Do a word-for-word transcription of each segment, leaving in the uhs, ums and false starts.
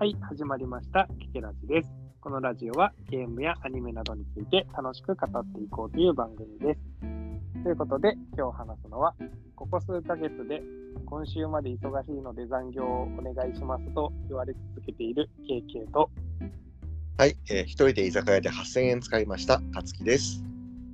はい、始まりました。ケケラジです。このラジオはゲームやアニメなどについて楽しく語っていこうという番組です。ということで、今日話すのは、ここ数ヶ月で今週まで忙しいので残業をお願いしますと言われ続けている ケーケー と、 はい、えー、一人で居酒屋ではっせんえん使いましたたつきです。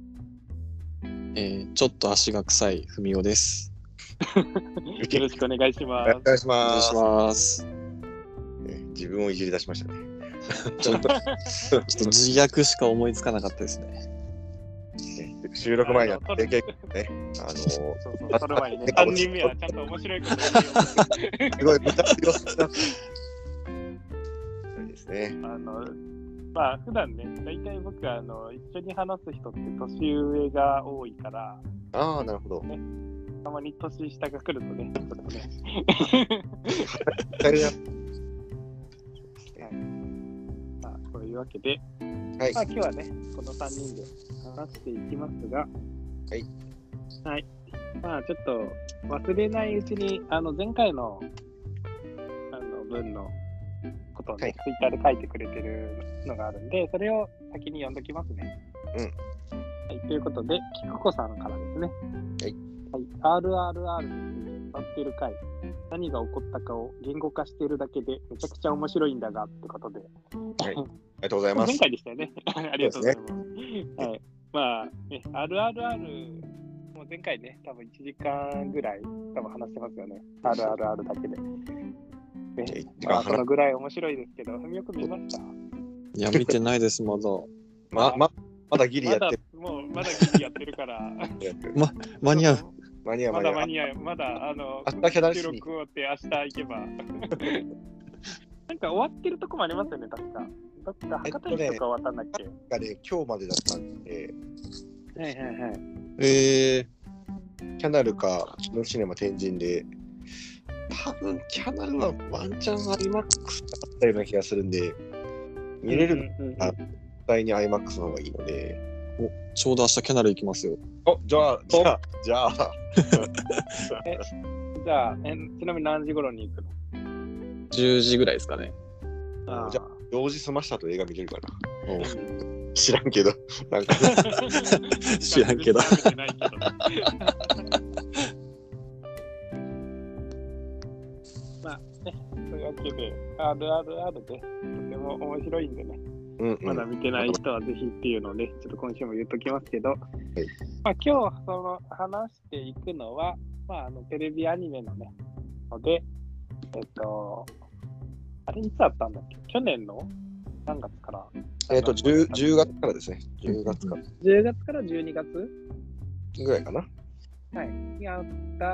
えー、ちょっと足が臭いふみおです。 よろしくお願いします。 お願いしお願いします。 ます。 えー自分をいじり出しましたね。 ちょっと、ちょっと自虐しか思いつかなかったですね。 えー収録前にはあの経験ね、あのー、 そうそう、その前にね、さんにんめはちゃんと面白いこと言うよ。 すごい無駄強さだった。そうですね。 あのまあ普段ね、大体僕はあの一緒に話す人って年上が多いから、 ああ、なるほど。 ね、たまに年下が来るとね、ちょっとね。 はい、 まあ、そういうわけで、 はい、 まあ、今日はね、このさんにんで話していきますが、 はい。 はい。まあ、ちょっと忘れないうちに、あの前回のあの文のことをね、 はいツイッターで書いてくれてるのがあるんで、それを先に読んどきますね。 うん。 はい、ということで、きくこさんからですね。 はい。 はい、アールアールアール について語っている回、何が起こったかを言語化しているだけでめちゃくちゃ面白いんだがってことで。 はい。ありがとうございます。 前回でしたよね。ありがとうございます。はい。まあ、ね、アールアールアール、もう前回ね、多分いちじかんぐらい多分話してますよね。アールアールアール だけで。ね、まあ、そのぐらい面白いですけど、ふみよく見ました？ いや、見てないです、まだ。 ま、ま、まだギリやってる。 まだ、もう、まだギリやってるから。 ま、間に合う。 間に合う、 ま間に合う。 だ間に合う。まだ、あの、 明日キャダルシ収に録終わって明日行けば。なんか終わってるとこもありますよね、確か。どっか博多駅とか終わったんだっけ？ がね、今日までだったんで、 はいはいはい。 えキャナルか、のシネマ天神で、多分キャナルはワンチャン アイマックス だったような気がするんで、見れるのうんうんうんは絶対に アイマックス の方がいいので、 ー、お、ちょうど明日キャナル行きますよ。 お、じゃあ、じゃあ、じゃあ、 えじゃあえ、ちなみに何時頃に行くの？ じゅうじぐらいですかね。 あじゃあ、用事済ましたと映画見れるかな。 うん知らんけど、なんか、 知らんけど。 調べてないけどまあね、そういうわけで、アールアールアール でとても面白いんでね、 うんうん、 まだ見てない人はぜひっていうのをね、ちょっと今週も言っときますけど、 はい、 まあ今日その話していくのは、まああのテレビアニメのね、ので、えっと、あれいつあったんだっけ？去年のさんがつからえっとじゅう、じゅうがつからですね。じゅうがつから。 じゅうがつからじゅうにがつぐらいかな。 はい。にあった、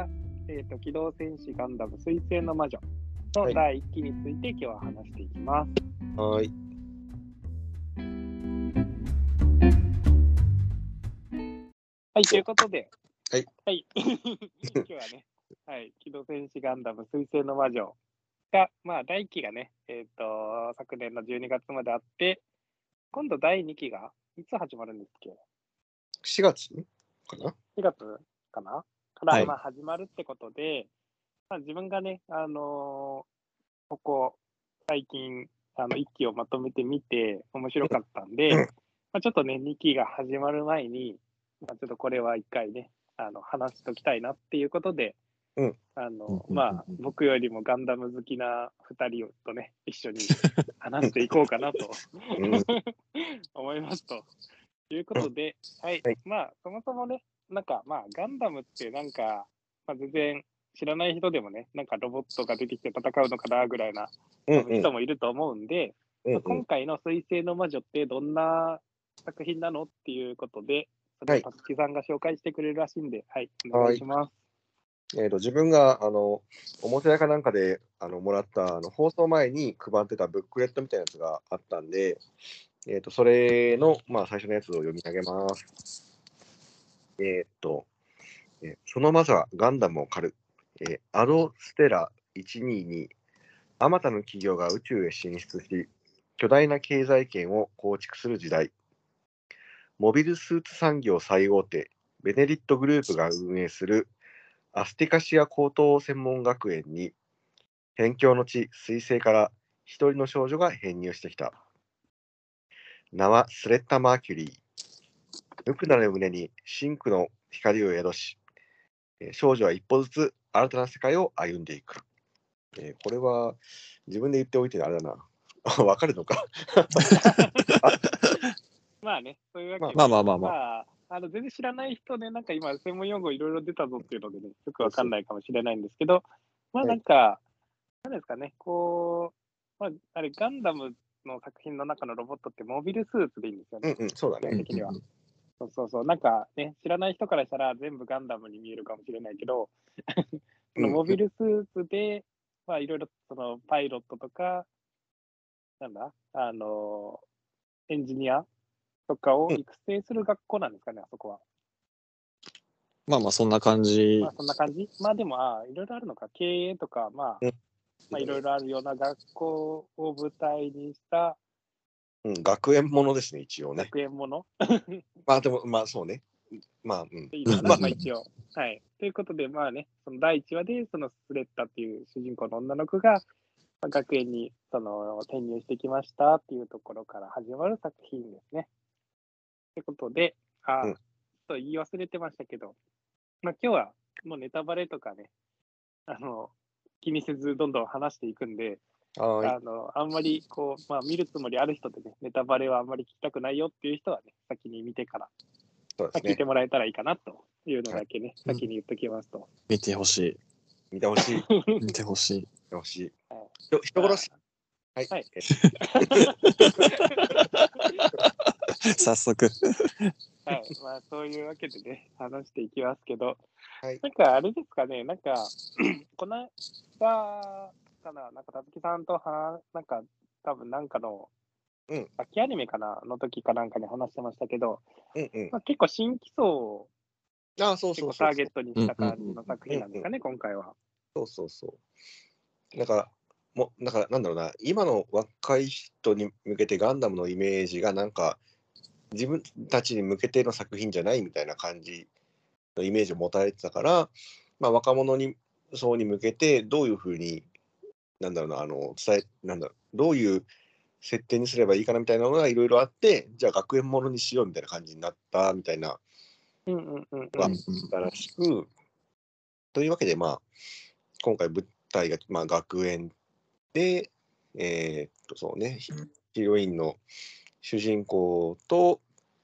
えっと、機動戦士ガンダム水星の魔女のだいいっきについて今日は話していきます。 はい。 はい、ということで、 はい。 はい、今日はね、はい、機動戦士ガンダム水星の魔女が、まあ、だいいっきがね、えっ、と、昨年のじゅうにがつまであって、今度だいにきがいつ始まるんですっけ？ しがつかな？ しがつかなから、 はいまあ、始まるってことで、まあ、自分がね、あのーここ最近あのいっきをまとめてみて面白かったんで、 うんまあ、ちょっとねにきが始まる前に、まあ、ちょっとこれはいっかいねあの話しておきたいなっていうことで、 うんあのうんまあ僕よりもガンダム好きなふたりとね一緒に話していこうかなとうん思いますということで、はい、 はいまあそもそもねなんかまあガンダムってなんか、まあ、全然知らない人でもね、なんかロボットが出てきて戦うのかなぐらいなうんうん人もいると思うんで、 うんうん、 今回の水星の魔女ってどんな作品なのっていうことで、それをたつきさんが紹介してくれるらしいんで、はい、お願いします。 えー、と自分があのおもちゃ屋かなんかであのもらったあの放送前に配ってたブックレットみたいなやつがあったんで、えー、とそれの、まあ、最初のやつを読み上げます。えっ、と、えーその魔女はガンダムを狩る。えーアドステラいちにに、あまたの企業が宇宙へ進出し、巨大な経済圏を構築する時代。モビルスーツ産業最大手、ベネリットグループが運営するアスティカシア高等専門学園に、辺境の地、水星から一人の少女が編入してきた。名はスレッタ・マーキュリー。無垢なる胸に真紅の光を宿し、えー少女は一歩ずつ新たな世界を歩んでいく。えーこれは自分で言っておいてあれだな。わかるのか。 まあね、そういうわけで、 まあまあまあまあ。 まあ、あの全然知らない人で、なんか今、専門用語いろいろ出たぞっていうのでね、よくわかんないかもしれないんですけど、まあなんか、なんですかね、こう、まあ、あれ、ガンダムの作品の中のロボットってモビルスーツでいいんですよね、 うんうん、そうだね。 基本的にはうんうん。 そうそうそう、なんかね、知らない人からしたら全部ガンダムに見えるかもしれないけど、そのモビルスーツで、まあいろいろそのパイロットとか、なんだ、あの、エンジニアとかを育成する学校なんですかね、あそこは。 まあまあ、そんな感じまあ。そんな感じまあでも、あいろいろあるのか、経営とか、まあ、 うんまあいろいろあるような学校を舞台にしたうん、学園ものですね、一応ね。 学園ものまあでも、まあそうね。まあ、うん。 でいいのかな、 うんまあ一応。はい。ということで、まあね、そのだいいちわで、そのスレッタっていう主人公の女の子が、まあ学園にその転入してきましたっていうところから始まる作品ですね。ということで、あ、 うんちょっと言い忘れてましたけど、まあ今日はもうネタバレとかね、あの、気にせずどんどん話していくんで、 はーい。 あの、あんまりこう、まあ見るつもりある人でね、ネタバレはあんまり聞きたくないよっていう人はね、先に見てから、 そうですね。 まあ聞いてもらえたらいいかなというのだけね、 はい先に言っときますと。 見てほし見てほしい。 い。見てほしい。 見てほしい。 はい人人殺し。はい。 はいえ早速。 はい、まあそういうわけでね、話していきますけど、 はい。 なんかあれですかね、なんか、この間かな、なんか、たつきさんと話、なんか、多分なんかの、 うん秋アニメかな、の時かなんかに話してましたけど、 うんうん。 まあ、結構新規層をああ、そう結構そうそうそう。 ターゲットにした感じの作品なんですかね、今回は。 そうそうそう。だから、もう、だから、なんだろうな、今の若い人に向けてガンダムのイメージが、なんか、自分たちに向けての作品じゃないみたいな感じのイメージを持たれてたから、まあ、若者に層に向けて、どういうふうに、なんだろうな、あの、伝え、なんだろう、どういう設定にすればいいかなみたいなのがいろいろあって、じゃあ学園ものにしようみたいな感じになったみたいなうんうんうんうん。 のがあったらしく、というわけで、まあ、今回舞台が、まあ、学園で、えーっと、そうね、ヒヒロインの主人公と、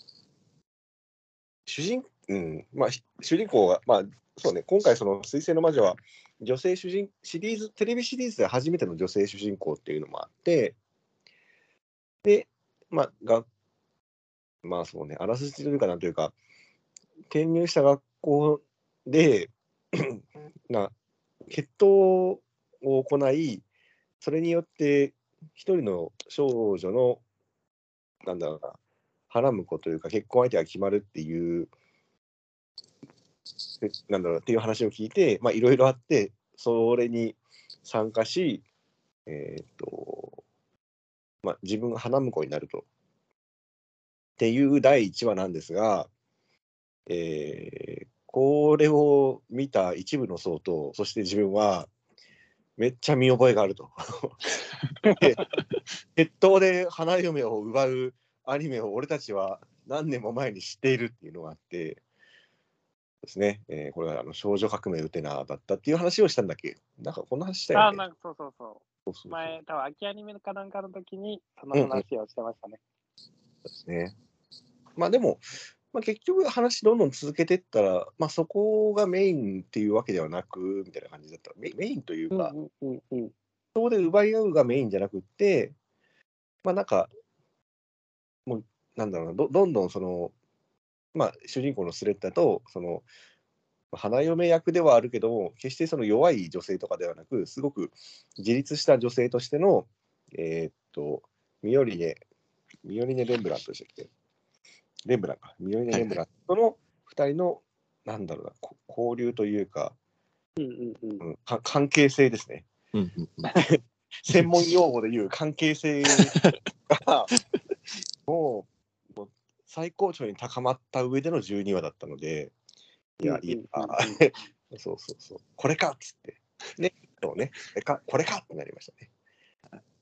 主人、うん、まあ、ひ主人公が、まあ、そうね、今回、その、水星の魔女は、女性主人、シリーズ、テレビシリーズで初めての女性主人公っていうのもあって、で、まあ、が、まあそうね、あらすじというかなんというか、転入した学校で、な、決闘を行い、それによって一人の少女の、なんだろうな、花婿というか結婚相手が決まるっていう、でなんだろうっていう話を聞いて、まあいろいろあって、それに参加し、えーっと、まあ自分が花婿になると。っていうだいいちわなんですが、えーこれを見た一部の層と、そして自分は、めっちゃ見覚えがあると。で決闘で花嫁を奪うアニメを俺たちは何年も前に知っているっていうのがあってですね、えーこれはあの少女革命ウテナだったっていう話をしたんだっけ。なんかこんな話したよあ、 ね。 なんかそうそうそう。 そうそうそう前、多分秋アニメかなんかの時に、そのうんうん話をしてましたね。 ですね。まあでも、まあ、結局話どんどん続けていったら、まあ、そこがメインっていうわけではなくみたいな感じだった。メメインというか、 うんうんうんうん。 そこで奪い合うがメインじゃなくって、まあなんか、もう、なんだろうな、どどんどんその、まあ、主人公のスレッタと、その、花嫁役ではあるけども、決してその弱い女性とかではなく、すごく自立した女性としての、えーっと、ミオリネ、ミオリネ・レンブラントでしたっけ。レンブランか。ミオリネ・レンブラントの二人の、なんだろうな、こ交流というか、 うんうんうん。 うん、か関係性ですね。 うんうんうん。 専門用語で言う関係性が、もう、もう最高潮に高まった上でのじゅうにわだったので、いや、いや、 うんうんうんそうそうそう、これかっつって、ね、そうね、これか、これかってなりましたね。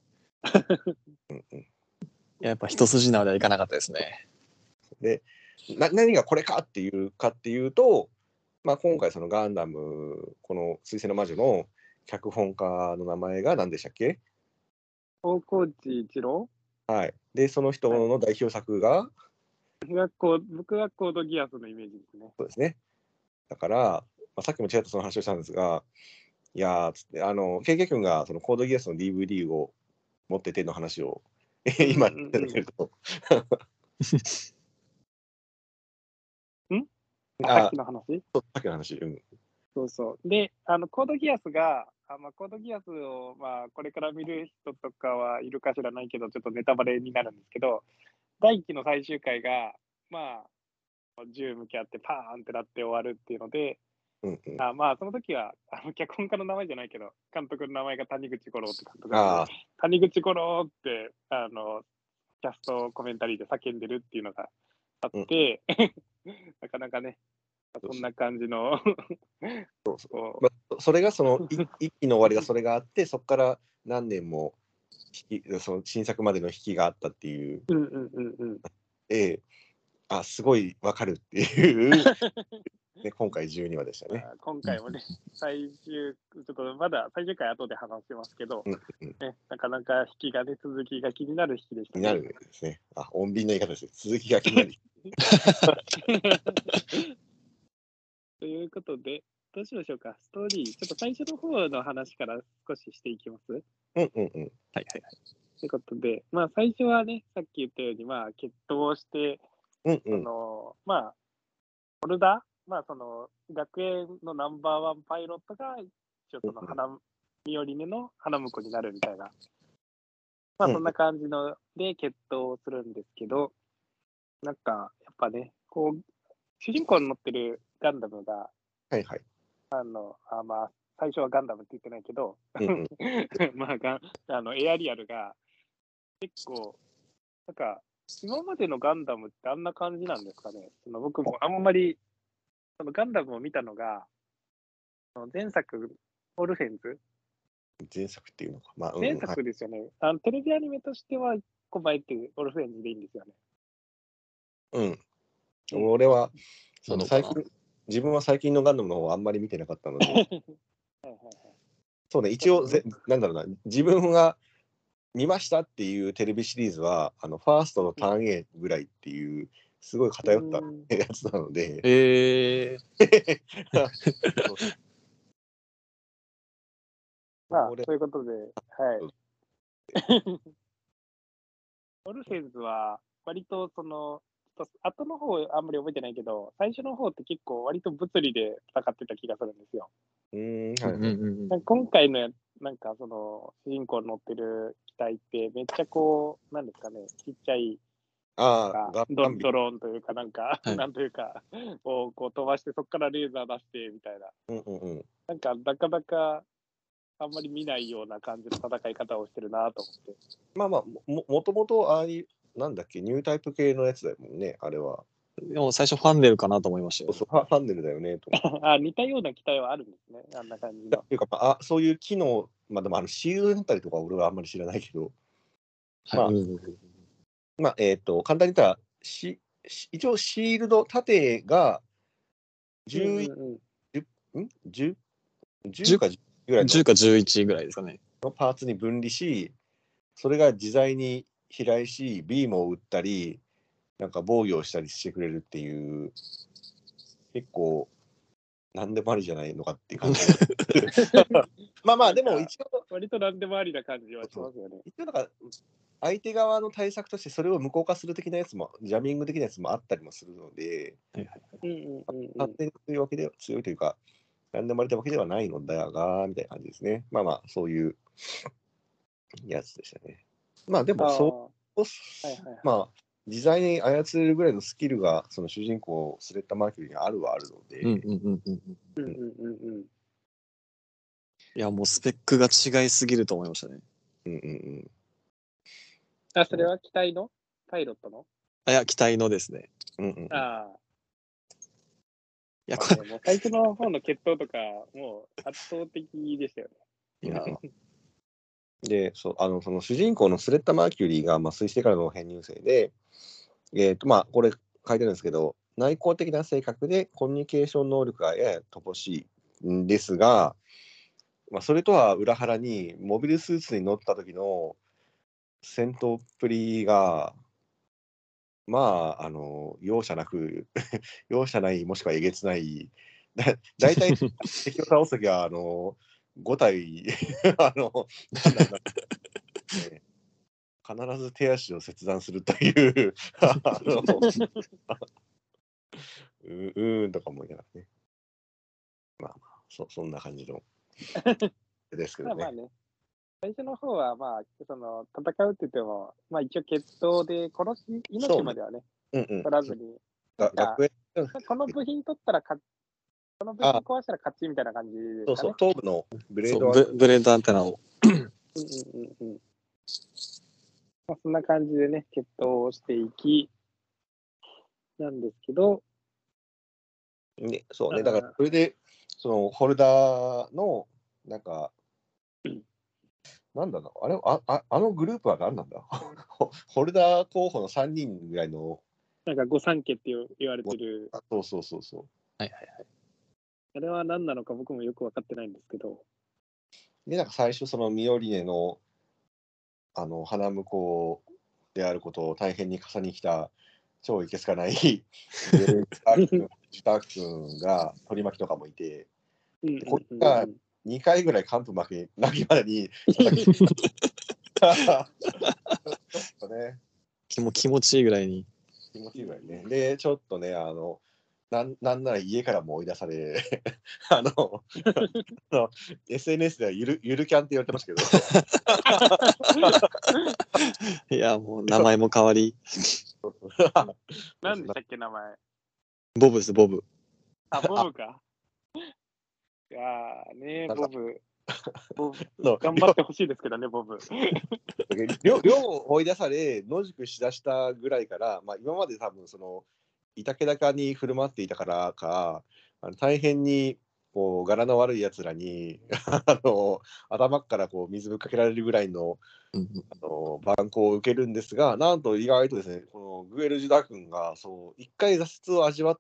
うんうん、 やっぱ一筋縄ではいかなかったですね。 でな何がこれかっていうかっていうと、まあ、今回そのガンダムこの水星の魔女の脚本家の名前が何でしたっけ？ 大河内一郎。 はい。でその人の代表作が、 僕はコー僕はコードギアスのイメージですね。 そうですね。だから、まあ、さっきもちらっとその話をしたんですが、いやーつってあの ケーケー 君がそのコードギアスの ディーブイディー を持ってての話を今うんうんうん言ってたけど、 んあ、さっあきの話さっきの話、うん、 そうそう。で、あの、コードギアスが、あまあ、コードギアスを、まあ、これから見る人とかはいるか知らないけど、ちょっとネタバレになるんですけど、だいいっきの最終回が、まあ、銃向き合ってパーンってなって終わるっていうので、 うんうん、 あまあ、その時は、あの、脚本家の名前じゃないけど、監督の名前が谷口五郎って監督なんあで、谷口五郎って、あの、キャストコメンタリーで叫んでるっていうのがあっうん、 て、なかなかね、そんな感じのそうそう、 こまあ、それがそのい一期の終わりがそれがあって、そこから何年も引きその新作までの引きがあったっていう、 う、うんうんうんうん。 ええ、あすごいわかるっていう、ね、今回じゅうにわでしたね。 まあ、今回もね、最終、ちょっとまだ最終回後で話しますけど、 うんうん、 ね、なかなか引きがね、続きが気になる引きでしたね。 になるですね。あ、穏便な言い方ですね。続きが気になる。 ということで、どうしましょうか、ストーリー、ちょっと最初の方の話から少ししていきます。 うんうんうん。 はいはいはい。 ということで、まあ、最初はね、さっき言ったように、まあ、決闘して、そうんうん。 の、まあ、ホルダー、まあ、その、学園のナンバーワンパイロットが、一応その花、ミオリネの花婿になるみたいな、まあ、そんな感じので決闘をするんですけど、なんか、やっぱね、こう、主人公に乗ってるガンダムが、 はいはい。 あの、あまあ、最初はガンダムって言ってないけど、 うんうん。 まあガン、あの、エアリアルが、結構、なんか、今までのガンダムってあんな感じなんですかね。その僕もあんまり、そのガンダムを見たのが、その前作、オルフェンズ前作っていうのか。まあ、うん前うん、はい。 作ですよね。あのテレビアニメとしては、いっこまえってオルフェンズでいいんですよね。 うん。 うん俺は、そなのかな。 の最近、自分は最近のガンダムの方はあんまり見てなかったので、 はいはいはい。 そうね、一応ぜ、なんだろうな、自分が見ましたっていうテレビシリーズは、あのファーストのターン A ぐらいっていう、すごい偏ったうんやつなので、 えそうまあ、 俺ということで、はい。オルフェンズは、割とその、ちょっと後の方あんまり覚えてないけど、最初の方って結構割と物理で戦ってた気がするんですよ。 うーん、 ー。 はいはい。 うんうんうん。 なんか今回のやなんかその主人公の乗ってる機体ってめっちゃこう、なんですかね、ちっちゃい、 ああ、 かドガンガンビ。 ドローンというかなんか、 はいなんというか、をこう飛ばしてそこからレーザー出してみたいな。 うんうんうん。 なんかなかなかあんまり見ないような感じの戦い方をしてるなと思って。 まあまあ、ももともとああいう、なんだっけ、ニュータイプ系のやつだもんね、あれは。 でも最初ファンネルかなと思いましたよ。 そうそう、ファファンネルだよね、と思って。 あ、似たような機体はあるんですね。あんな感じの。 っていうか、まあ、あそういう機能、まあでもあのシールドだったりとか俺はあんまり知らないけど、 はい。 まあ、 うんうんうん。 まあ、えっ、と、簡単に言ったら、しし一応シールド、縦がうんうんじゅう、 うん。 ん じゅう? じゅうかじゅうぐらいじゅうのかじゅういちぐらいですかね。 パーツに分離し、それが自在に飛来し、ビームを打ったり、なんか防御をしたりしてくれるっていう、結構、なんでもありじゃないのかっていう感じ。まあまあ、でも一応、 割と何でもありな感じはしますよね。 一応なんか、相手側の対策としてそれを無効化する的なやつも、ジャミング的なやつもあったりもするので、 はいはい。 うんうんうんうん完。全に強いわけでは強いというか、なんでもありたわけではないのだが、みたいな感じですね。まあまあ、そういうやつでしたね。まあであも、そう、 あ、はいはいはい。 まあ、自在に操れるぐらいのスキルが、その主人公、スレッタ・マーキュリーにあるはあるので、 うんうんうんうん。 うんうんうんうん。 いや、もうスペックが違いすぎると思いましたね。 うんうんうん。 あ、それは機体のパイロットのあ、いや、機体のですね。 うんうんうん、 ああ。 いや、こまあね、もう最初の方の決闘とか、もう圧倒的でしたよね。 れ、いや、 で、そうあのその主人公のスレッタ・マーキュリーが、まあ、水星からの編入生で、えーとまあ、これ書いてあるんですけど、内向的な性格でコミュニケーション能力がやや乏しいんですが、まあ、それとは裏腹に、モビルスーツに乗った時の戦闘っぷりが、まあ、あの容赦なく、容赦ない、もしくはえげつない、だ大体敵を倒す時はあのご体、あのなんだろうな、ね必ず手足を切断するというあのううーんとか思いながらね。まあまあ、そそんな感じのですけどね。 まあまあね、最初の方はまあ、その戦うって言っても、まあ一応決闘で殺し、命まではね、 うんうん。 取らずに、なんか、 が学園、うんこの部品取ったら勝ち、この部あ品壊したら勝ちみたいな感じでそうそう、 すかね。 頭部のブレそうードは、 ブブレードアンテナを。 うんうんうんうん。まあ、そんな感じでね、決闘をしていき、なんですけど、 ね、そうね、 あーだからそれで、そのホルダーの、なんか、なんだろう、あれあああのグループは何なんだホホルダー候補のさんにんぐらいの、 なんか御三家って言う言われてる、 あそうそうそうそはいはいはい。 あれは何なのか僕もよく分かってないんですけど、 う。で、なんか最初、そのミオリネの、あの、花婿であることを大変に重に来た、超いけすかないグレーター君、ジュター君が取り巻きとかもいて、 うんうんでこうんれがにかいぐらい完封負けなきまでに叩きちょっとね、 気も気持ちいいぐらいに。 気持ちいいぐらいね。で、ちょっとね、あの、なんなんなら家からも追い出され、あの、あの エスエヌエス ではゆるゆるキャンって言われてましたけど、 いや、もう名前も変わり。 何でしたっけ、名前。 ボブです、ボブ。 あ、ボブか。いやーね、 なんかボブ。ボブの頑張ってほしいですけどね、ボブ。 寮寮を追い出され、野宿しだしたぐらいから、まあ、今まで多分その、いたけだかに振る舞っていたからか、あの大変にこう柄の悪いやつらにあの頭からこう水ぶっかけられるぐらいのうんあの蛮行を受けるんですが、なんと意外とですね、このグエル・ジュダ君がそう一回挫折を味わって、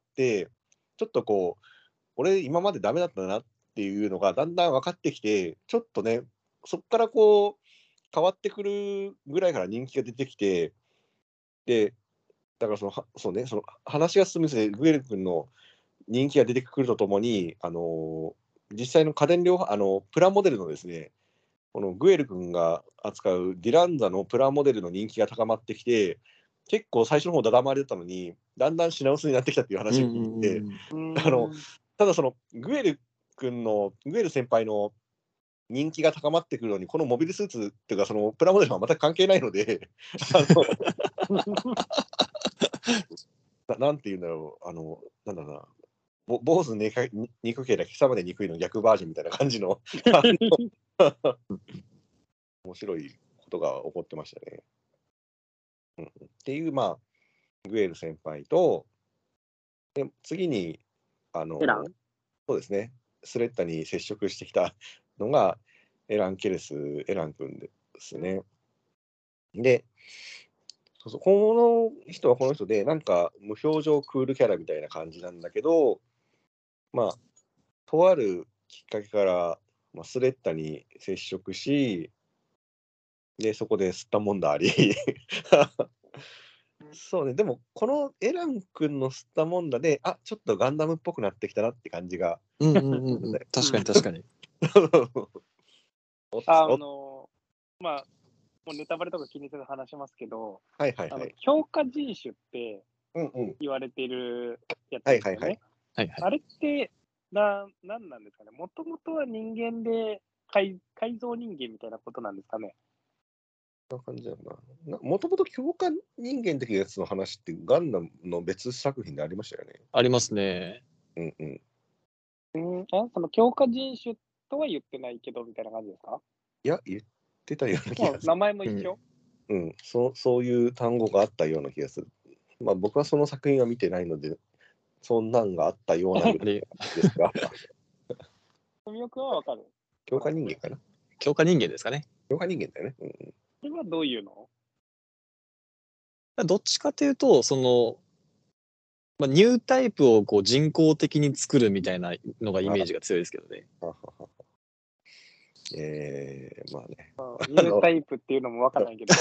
ちょっとこう、俺、今までダメだったなっていうのがだんだん分かってきて、ちょっとね、そこからこう、変わってくるぐらいから人気が出てきて、で、だからその、はそうね、その話が進むにつれて、グエル君の人気が出てくるとともに、あの実際の家電量販、あのプラモデルのですね、このグエル君が扱うディランザのプラモデルの人気が高まってきて、結構最初の方だだ回りだったのに、だんだん品薄になってきたっていう話を聞いて、 うんあのただそのグエル君の、グエル先輩の人気が高まってくるのに、このモビルスーツっていうか、そのプラモデルは全く関係ないので、あのななんていうんだろう、あの、なんだろうな、ぼ坊主ねか憎ければ今朝まで憎いの逆バージョンみたいな感じの、あの面白いことが起こってましたね。うん、っていう、まあ、グエル先輩と、で次に、あの、 エランそうですね、スレッタに接触してきたのが、エラン・ケレス、エラン君ですね。で、そうそうこの人はこの人で、なんか無表情クールキャラみたいな感じなんだけど、まあ、とあるきっかけから、まあ、スレッタに接触し、で、そこで吸ったもんだあり。そうね、でも、このエラン君の吸ったもんだで、あ、ちょっとガンダムっぽくなってきたなって感じが。 うんうんうんうん。確かに確かに。 あおの、まあ、もうネタバレとか気にせず話しますけど、あのはいはいはい。 強化人種ってうんうん。 言われてるやつはいはいはい。 ですよね。 はいはい。 あれってな、なんなんですかね。もともとは人間で改改造人間みたいなことなんですかね。 そんな感じだな。もともと強化人間的なやつの話ってガンダムの別作品でありましたよね。 ありますね。 うんうん。 うん、あその強化人種とは言ってないけどみたいな感じですか。 いや、言ってたような気がする。 もう名前も一緒。 うん、そうそういう単語があったような気がする。まあ僕はその作品は見てないので、そんなんがあったようなぐらいですが、 文雄君はわかる。 強化人間かな。 強化人間ですかね。 溶化人間だよね。うん、 これはどういうの？ どっちかというと、その、まあ、ニュータイプをこう人工的に作るみたいなのがイメージが強いですけどね。 はははえー、まあね。 ニュータイプっていうのもわかんないけど。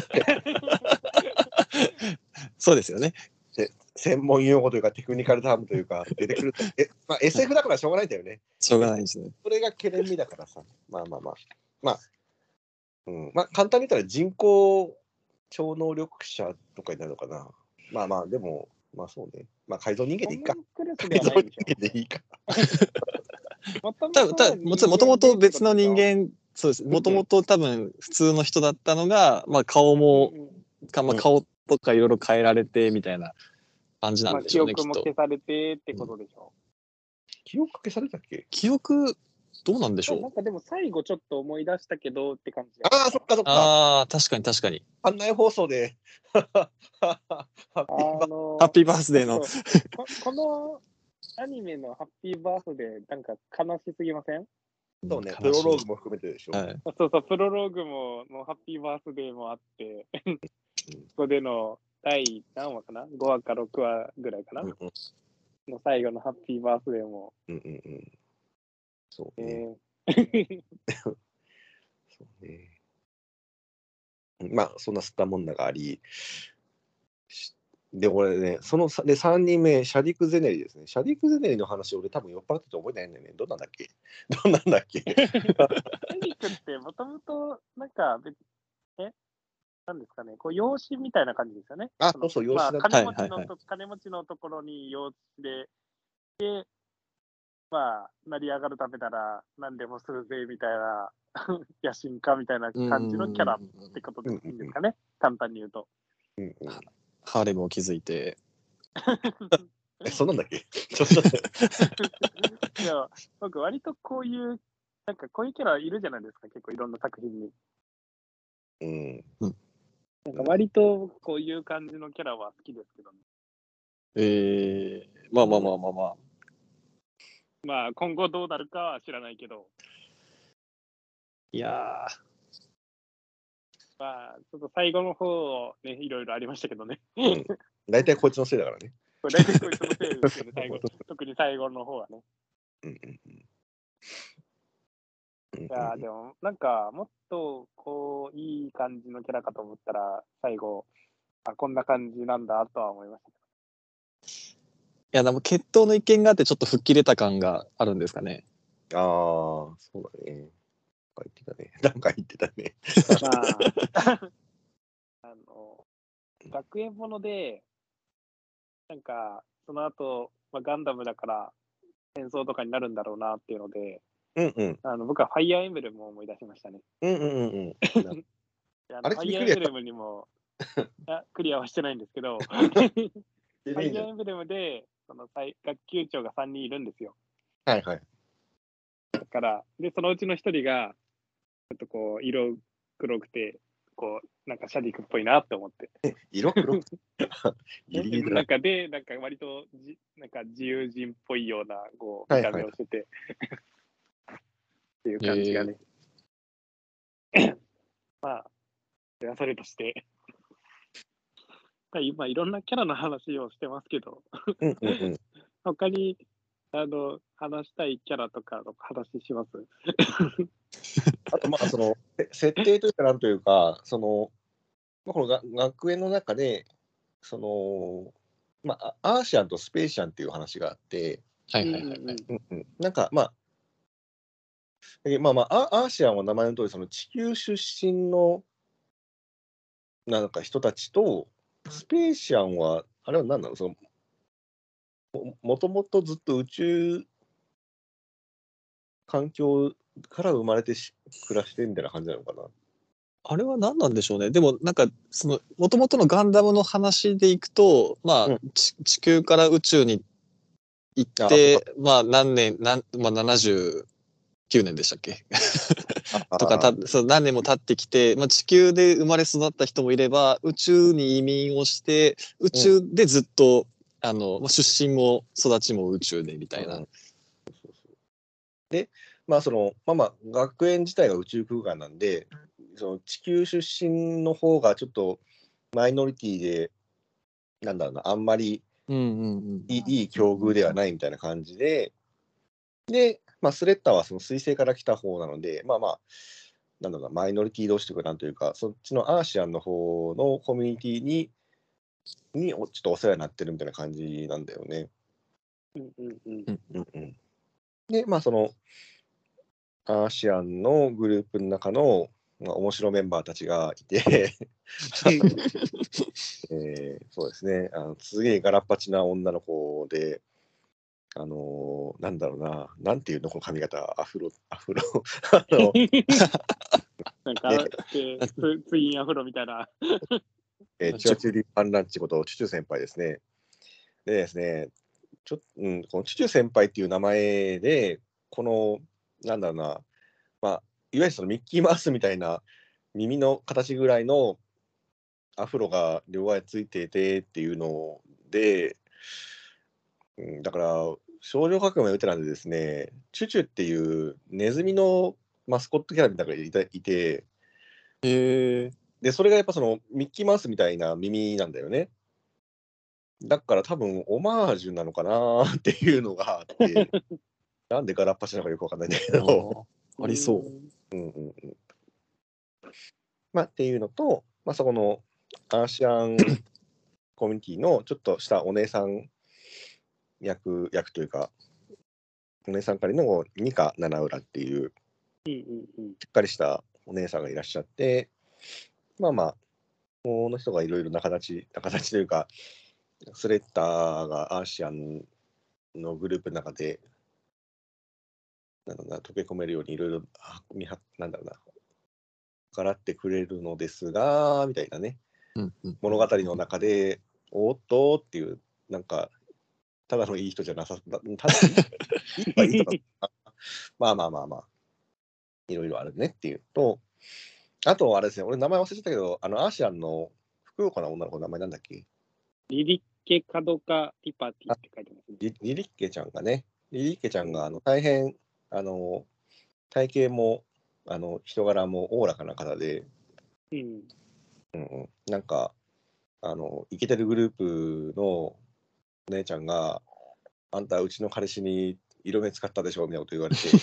そうですよね。 専門用語というかテクニカルタームというか出てくると、え、まあ、エスエフ だからしょうがないんだよね。 しょうがないですね。 それが懸念味だからさ。まあまあまあ。まあ、うん、まあ簡単に言ったら人工超能力者とかになるのかな。まあまあ、でも、まあそうね。まあ改造人間でいいか。 クラスで改造はないでし人間でいいか。 ょ。もと多分多分もともともと別の人間、そうです。もともと多分普通の人だったのが、まあ顔も、かまあ、顔とかいろいろ変えられてみたいな感じなんでしょうね、 記憶もきっと。 消されてってことでしょ。 記憶消されたっけ？ 記憶、どうなんでしょう。 なんかでも最後ちょっと思い出したけどって感じ。 ああ、そっかそっか。 ああ、確かに確かに。 館内放送であハのッピーバースデーの。 ここのアニメのハッピーバースデー、なんか悲しすぎません？ そうね、プロローグも含めてでしょ。 はい、 そうそう、プロローグものハッピーバースデーもあって、ここでの第何話かな ?ご 話かろくわぐらいかな、 うんうん、 の最後のハッピーバースデーも。 うんうんうん。そうね。 ね。 えそうね。まあ、そんな吸ったもんだがあり、で、俺ね、そのさでさんにんめ、シャディク・ゼネリですね。シャディク・ゼネリの話、俺多分酔っ払ってて覚えてないんだよね。どうなんだっけどうなんだっけシャディクってもともと、なんか別、えなんですかね、こう養子みたいな感じですよね。 あ、そうそう、養子だ、 まあ、金持ちのと、 はいはいはい、 金持ちのところに養子で、で、まあ、成り上がるためなら何でもするぜみたいな、野心家みたいな感じのキャラってことでいいんですかね、簡単に言うと。 うんうん、 ハーレムを築いて。 え、そうなんだっけちょっといや、僕、割とこういう、なんかこういうキャラいるじゃないですか、結構いろんな作品に。 うん。 なんか割とこういう感じのキャラは好きですけどね。 えー、まあまあまあまあまあ。 まあ、今後どうなるかは知らないけど。 いやー。 まあ、ちょっと最後の方、ね、いろいろありましたけどね。 うん、大体こいつのせいだからね。 これ大体こいつのせいですよね、最後。特に最後の方はね。 うんうんうんいやでも、なんか、もっと、こう、いい感じのキャラかと思ったら、最後、あ、こんな感じなんだとは思いましたけど。 いや、でも決闘の一件があって、ちょっと吹っ切れた感があるんですかね。 ああ、そうだね。なんか言ってたね。なんか言ってたね。 まあ、あの、学園もので、なんか、その後、まあ、ガンダムだから戦争とかになるんだろうなっていうので、 うんうん。 あの僕はファイアーエンブレムを思い出しましたね。 うんうんうんうん。 ああれのファイアーエンブレムにもあクリアはしてないんですけど、ファイアーエンブレムでその学級長がさんにんいるんですよ。 はいはい。 だから、で、そのうちのひとりが、ちょっとこう、色黒くて、こう、なんかシャディクっぽいなって思って。 色黒ギリギリだなんかで、なんか割とじなんか自由人っぽいようなこう見た目をしてて、はいはい、っていう感じがね。えー、まあ、それはそれとして、今いろんなキャラの話をしてますけど、 うんうんうん、 他にあの話したいキャラとかの話しますあとまあその設定というかなんというか、その、まあ、このが学園の中でその、まあ、アーシアンとスペーシアンっていう話があって、 はいはいはいはい。 うんうん、なんかまあまあまあ、アーシアンは名前の通り、その地球出身のなんか人たちと、スペーシアンは、あれは何なの、そのも、もともとずっと宇宙環境から生まれてし暮らしてみたいな感じなのかな。 あれは何なんでしょうね。でもなんかその元々のガンダムの話でいくと、まあ、うん、地球から宇宙に行ってまあ何年何まあななじゅうきゅうねんでしたっけとかたそう何年も経ってきて、まあ、地球で生まれ育った人もいれば宇宙に移民をして宇宙でずっと、うん、あの出身も育ちも宇宙でみたいな。うん、 でまあそのまあまあ学園自体が宇宙空間なんで、 その地球出身の方がちょっとマイノリティで、なんだろうな、あんまりうんうんうんいい,、いい境遇ではないみたいな感じで、で、まあ、スレッタはその水星から来た方なので、まあまあ、なんだろうな、マイノリティ同士というか、なんというか、そっちのアーシアンの方のコミュニティに、におちょっとお世話になってるみたいな感じなんだよね。 うんうんうん。 うんうん、で、まあ、その、アーシアンのグループの中の、まあ、面白メンバーたちがいて、えー、そうですね、あのすげえガラッパチな女の子で、あのー、なんだろうな、なんていうの、この髪型、アフロ、アフロ、あの、 なんか、でツ、ツインアフロみたいな。 えー、チュアチュリパンランチことチュチュ先輩ですね。でですね、ちょうん、このチュチュ先輩っていう名前で、この、なんだろうな、まあ、いわゆるそのミッキーマウスみたいな耳の形ぐらいのアフロが両側についててっていうので、うん、だから、少女革命ウテラでですね、チュチュっていうネズミのマスコットキャラみたいなのがいたいて、 へえ。 で、それがやっぱそのミッキーマウスみたいな耳なんだよね。だから多分オマージュなのかなっていうのがあって、なんでガラッパチなのかよくわかんないんだけど、 ありそう。 うんうんうん。まあっていうのと、まあそこのアーシアンコミュニティのちょっとしたお姉さん役、役というか、お姉さん仮のニカ七浦っていううんうんうん。 しっかりしたお姉さんがいらっしゃって、まあまあ、この人がいろいろ仲立ち、仲立ちというか、スレッターがアーシアンのグループの中で、なんだろうな、溶け込めるようにいろいろ、あ見はなんだろうな、計らってくれるのですが、みたいなね、 うんうん。 物語の中で、おっとっていう、なんか、ただのいい人じゃなさ、ただいいいい人はいいとか、まあまあまあまあ、いろいろあるねっていうと、あと、あれですね、俺名前忘れちゃったけど、あの、アーシアンの福岡の女の子の名前なんだっけ？ リリッケカドカリパティあって書いてますね。 リリリッケちゃんがね、リリッケちゃんがあの大変、あの、体型も、あの、人柄もおおらかな方で、 うん。 うんうん、なんか、あの、イケてるグループのお姉ちゃんが、あんたうちの彼氏に色目使ったでしょみたいなこと言われて、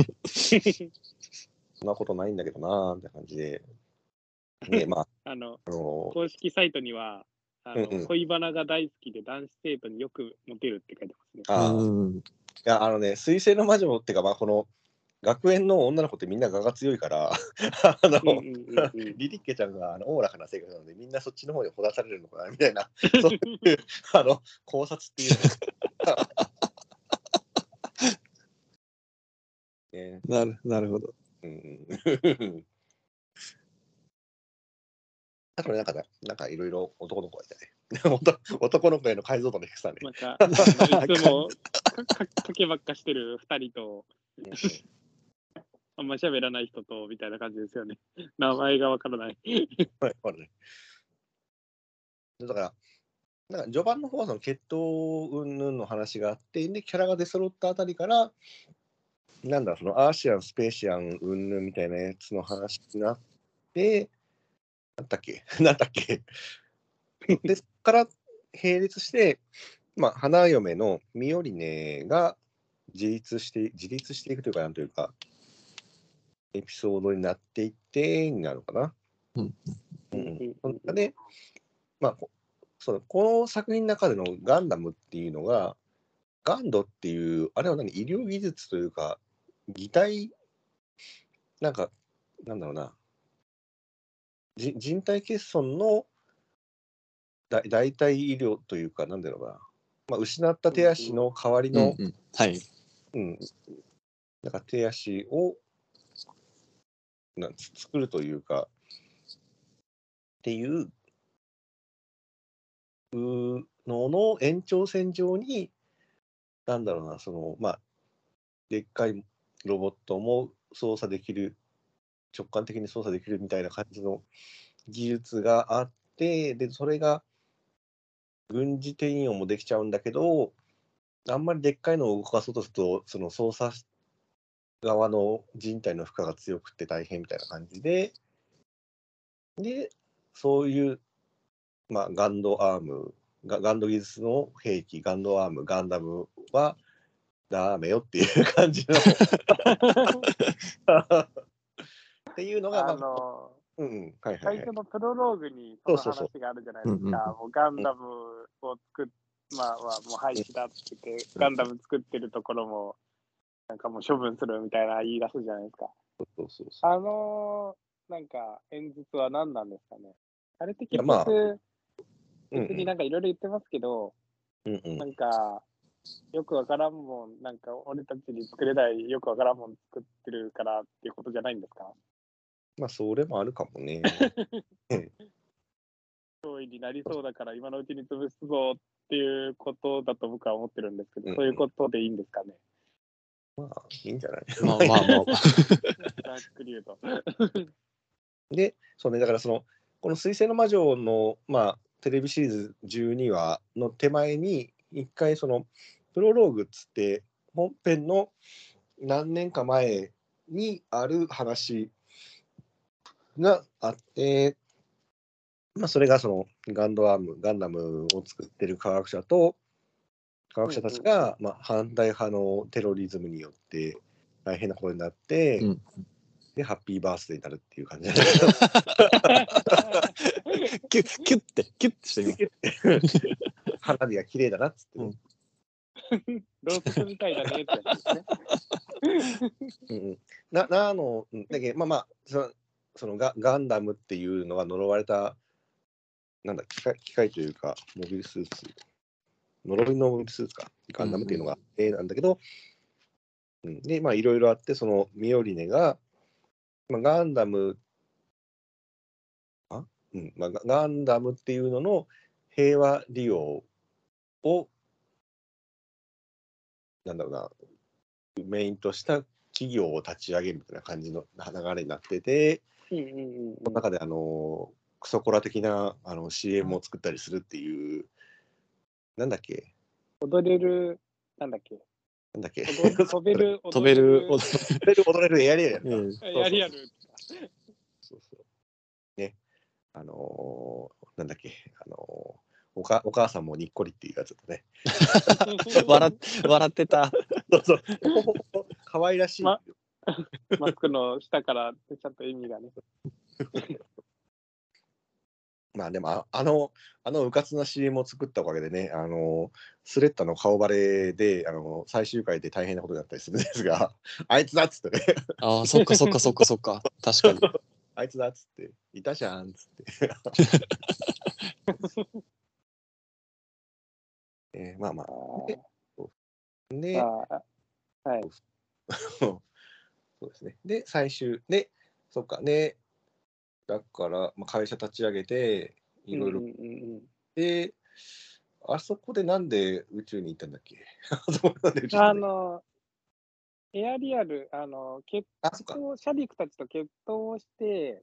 そんなことないんだけどなーみたいな感じで、ね、まあ、 あの、 あの、 公式サイトには、あの、 うんうん、 恋バナが大好きで男子生徒によくモテるって書いてますね。 ああ、いうん。 や、あのね、水星の魔女っていうか、まあ、この、学園の女の子ってみんな我が強いから、あの、 うんうんうんうん。 リリッケちゃんがあのおおらかな性格なので、みんなそっちの方にほだされるのかなみたいな、そういうあの考察っていうのね。 なる、なるほど。 うんうんあとね、なんかね、なんかいろいろ男の子がいたね。男男の子への解像度の低さね。 なんか、あのいつもかかかけばっかしてるふたりと、 うんうんあんま喋らない人と、みたいな感じですよね。名前がわからない。 はいあるねだから、なんか序盤の方はその血統云々の話があって、で、キャラが出揃ったあたりから、なんだ、そのアーシアン、スペーシアン云々みたいなやつの話になって、なんだっけなんだっけで、そこから並列して、まあ、花嫁のミオリネが自立して、自立していくというか、なんというか、エピソードになっていってになるのかな。 うんうんうん。 うんうんその中で、まあ、こそのこの作品の中でのガンダムっていうのが、ガンドっていう、あれは何、医療技術というか、擬態、なんか、なんだろうな、じ人体欠損のだ代替医療というか、なんだろうな、まあ、失った手足の代わりの、 うんうん。はい。 うん、なんか手足をなんつ作るというか、っていうのの延長線上に、なんだろうな、その、まあ、でっかいロボットも操作できる、直感的に操作できるみたいな感じの技術があって、で、それが軍事転用もできちゃうんだけど、あんまりでっかいのを動かそうとすると、その操作側の人体の負荷が強くて大変みたいな感じで、 で、そういう、まあ、ガンドアーム、ガガンド技術の兵器、ガンドアーム、ガンダムはダメよっていう感じのっていうのが、まああ、 のうんうん、はいはいはい。 最初のプロローグにその話があるじゃないですそうそうそうか。もうガンダムを作っ、まあまあ、もう廃棄だって言って、ガンダム作ってるところも、なんかもう処分するみたいな言い出すじゃないですか。 そうそうそう。 あのー、なんか演説は何なんですかね。あれって結いやまあ局、 うん別になんかいろいろ言ってますけど、 うんうん、 なんか、よくわからんもん、なんか俺たちに作れないよくわからんもん作ってるからっていうことじゃないんですか。 まあ、それもあるかもね。 脅威になりそうだから今のうちに潰すぞっていうことだと僕は思ってるんですけど、 うんうん、 そういうことでいいんですかね。 まあ、いいんじゃないまあまあまあ。 ざっくり言うと。 で、そうね、だからその、この水星の魔女の、まあ、テレビシリーズじゅうにわの手前に、一回その、プロローグっつって、本編の何年か前にある話があって、まあ、それがそのガンドアーム、ガンダムを作ってる科学者と、科学者たちが、まあ、反対派のテロリズムによって大変なことになって、 うん、 で、ハッピーバースデーになるっていう感じでキュッキュッてキュッてしてみ花火が綺麗だなっつってね。 うんローソクみたいだねってやつですね。 うんうん、な、なの、だけどまあまあ、その、そのガガンダムっていうのが呪われた、なんだ、機械、機械というか、モビルスーツ、呪いのモビルスーツか、ガンダムっていうのが、ええなんだけど、うん、で、まあ、いろいろあって、そのミオリネが、まあ、ガンダム、あ、うんまあ、ガガンダムっていうのの平和利用を、なんだろうな、メインとした企業を立ち上げるみたいな感じの流れになってて、 うんうんうんうん、 その中であのクソコラ的なあの シーエム を作ったりするっていう、なんだっけ、 踊れる、なんだっけ、 なんだっけ、 踊る飛べる、 飛べる踊踊れる、踊れる、エアリアルやるか。 うんそうそうやりやる。 そうそう。ね、あのーなんだっけ、あのーおかお母さんもにっこりっていうやつだね。 笑笑ってた。 そうそう。可愛らしい。 まマスクの下からちゃんと意味がね。 まあでもあ、あの、あのうかつな シーエム を作ったおかげでね、あの、スレッタの顔バレで、あの、最終回で大変なことになったりするんですが、あいつだっつってね、 ああ、そっかそっかそっかそっか。確かに。 あいつだっつって、いたじゃんっつって。えーまあまあ。で、でああはい。 そうですね。で、最終、で、そっか、で、だから、まあ、会社立ち上げて、いろいろ、 うんうんうんうんで、あそこでなんで宇宙に行ったんだっけあそこなんで宇宙に行ったあんだっけの、エアリアル、あの、決あ、そっか。 闘、シャディクたちと決闘をして、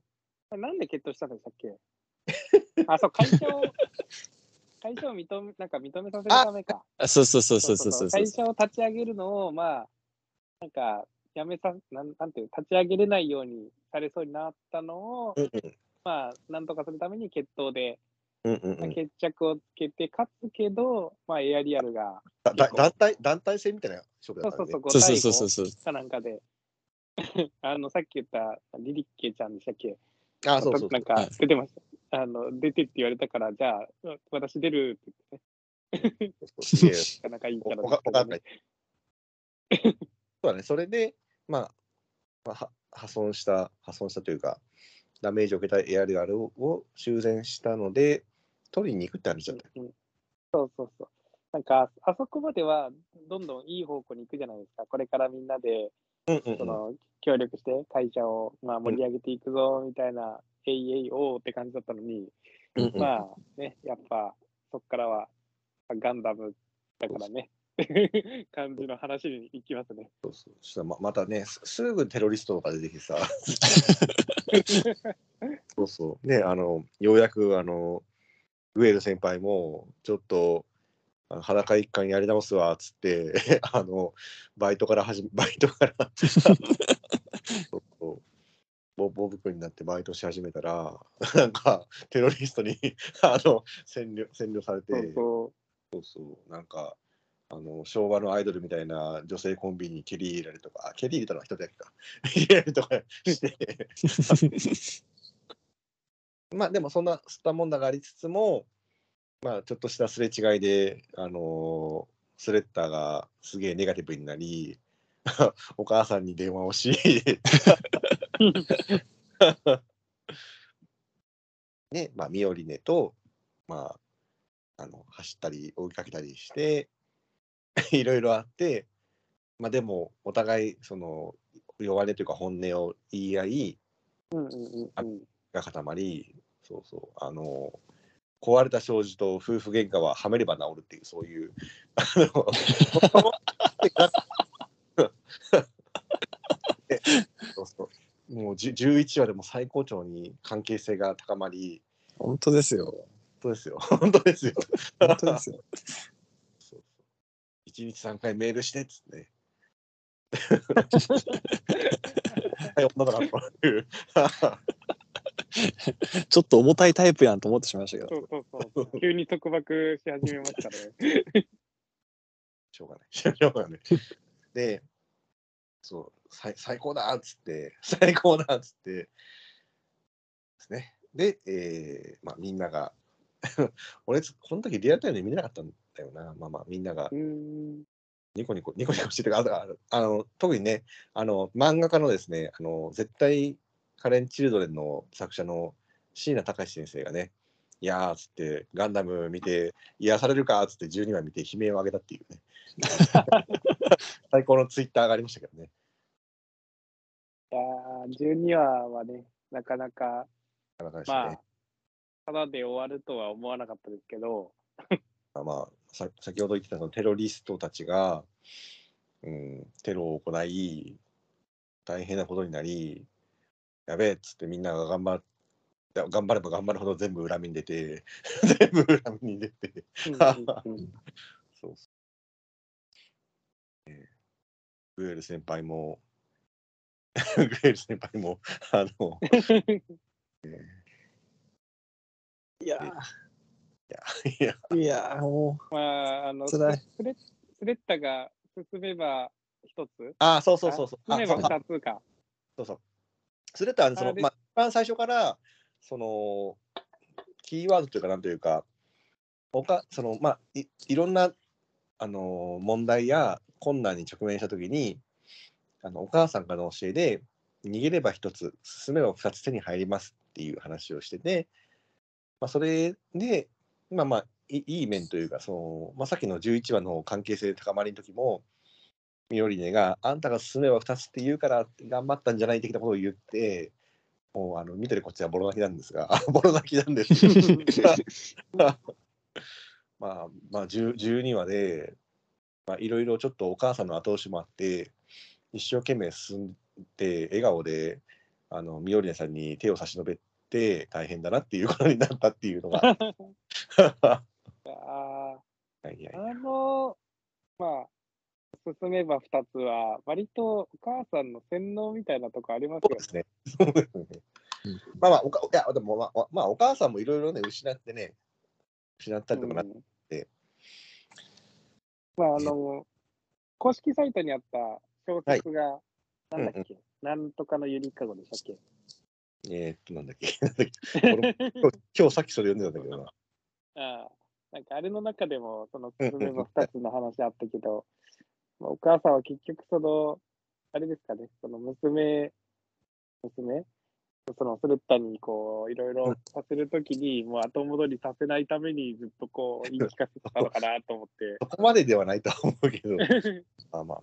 なんで決闘したんでしたっけあ、そう、会社を、会社を認め、なんか認めさせるためか。 あそうそうそうそうそうそうそう。 会社を立ち上げるのを、まあ、なんか、やめさ、なんなんていう、立ち上げれないようにされそうになったのを、 うんうんまあ、なんとかするために決闘で、 うんうんうん、 決着をつけて、勝つけど、まあ、エアリアルが、 だだ団体団体戦みたいな勝負だったんで、 そうそうそう、ごそうそう対そうそうごそう。 かなんかで、あの、さっき言ったリリッケちゃんでしたっけあ、そうそうそう。 なんか出てました。あの、出てって言われたから、じゃあ、私出るって言ってね。 すげえ。 なかなかいいキャラおですけどね。 そうだね、それで、まあ、まあ、は破損した、破損したというか、ダメージを受けたエアリアルを修繕したので、取りに行くって話だったよ。 うんうん、そうそうそう。なんか、あそこまではどんどんいい方向に行くじゃないですか。これからみんなで、 うんうんうん、 その協力して会社を、まあ、盛り上げていくぞみたいな、えいえいおーって感じだったのに、 うんうん、 まあね、やっぱそこからはガンダムだからね、感じの話に行きますね。 そうそう、そしたら ま, またねす、すぐテロリストとか出てきてさ、そうそう、ね、あの、ようやく、あの、グエル先輩も、ちょっと、あの裸一貫やり直すわっつってあのバイトから始めバイトからそうそうボボブ君になってバイトし始めたらなんかテロリストにあの占領占領されて、 そうそうそうそうなんかあの昭和のアイドルみたいな女性コンビに蹴り入れられるとか、蹴り入れたのは一つだけか入れられるとかしてまあでもそんな吸ったもんだがありつつも、まあちょっとしたすれ違いであのー、スレッターがすげえネガティブになりお母さんに電話をしね、まあミオリネとまああの走ったり追いかけたりしていろいろあって、まあでもお互いその弱音というか本音を言い合い、 うんうんうんうんが固まり、そうそうあの壊れた障子と夫婦喧嘩ははめれば治るっていう、そういうあのそうそうもうじゅじゅういちわでも最高潮に関係性が高まり、 本当ですよ。 本当ですよ本当ですよ本当ですよ。 そうそういちにちさんかいメールしてっつってね女だなというちょっと重たいタイプやんと思ってしまいましたけど。 そうそうそう急に束縛し始めましたねしょうがないしょうがないでそう最最高だっつって最高だっつってですね。で、えーまあ、みんなが俺この時リアルタイムで見れなかったんだよな。まあまあみんながうんニコニコニコニコしててあああの特にねあの漫画家のですねあの絶対カレン・チルドレンの作者の椎名隆先生がねいやーっつってガンダム見て癒されるかっつってじゅうにわ見て悲鳴を上げたっていうね最高のツイッターがありましたけどね。 いやーじゅうにわはねなかなかなかなかでしたね。 まあただで終わるとは思わなかったですけどまあまあ、さ先ほど言ってたそのテロリストたちが、うん、テロを行い大変なことになりやべえっつってみんなが頑張っ頑張れば頑張るほど全部恨みに出て全部恨みに出てうんうんうんそうそう、えー、グエル先輩もグエル先輩もあの、えいやー、いやー、いやー、もまああのス辛いスレスレッタが進めば一つあそうそうそうそう進めばあそう二つかそうそうそれとはそのあれまあ一番最初からそのキーワードというかなんというかおかそのまあ い, いろんなあの問題や困難に直面したときにあのお母さんからの教えで逃げれば一つ進めば二つ手に入りますっていう話をしてて、まあ、それでまあまあいいい面というかその、まあ、さっきのじゅういちわの関係性高まりの時もミオリネがあんたが進めば二つって言うから頑張ったんじゃない的なことを言ってもうあの見てるこっちはボロ泣きなんですがボロ泣きなんですがまあまあじゅうにわでいろいろちょっとお母さんの後押しもあって一生懸命進んで笑顔であのミオリネさんに手を差し伸べて大変だなっていうことになったっていうのがあいやいやあのまあ進めば二つは割とお母さんの洗脳みたいなとこありますよね。 そうですね。そうですねまあまあおかいやでもまあ、まあ、お母さんもいろいろね失ってね失ったりとかなって、 うん、まああの公式サイトにあった小説が、はい、なんだっけ、うんうん、なんとかのゆりかごでしたっけえー、っとなんだっけなんだっけ今日さっきそれ読んでたんだけどな。 ああなんかあれの中でもその進めば二つの話あったけどまあ、お母さんは結局そのあれですかねその娘娘そのスレッタにこういろいろさせるときにもう後戻りさせないためにずっとこう言い聞かせてたのかなと思ってそこまでではないと思うけどまあまあ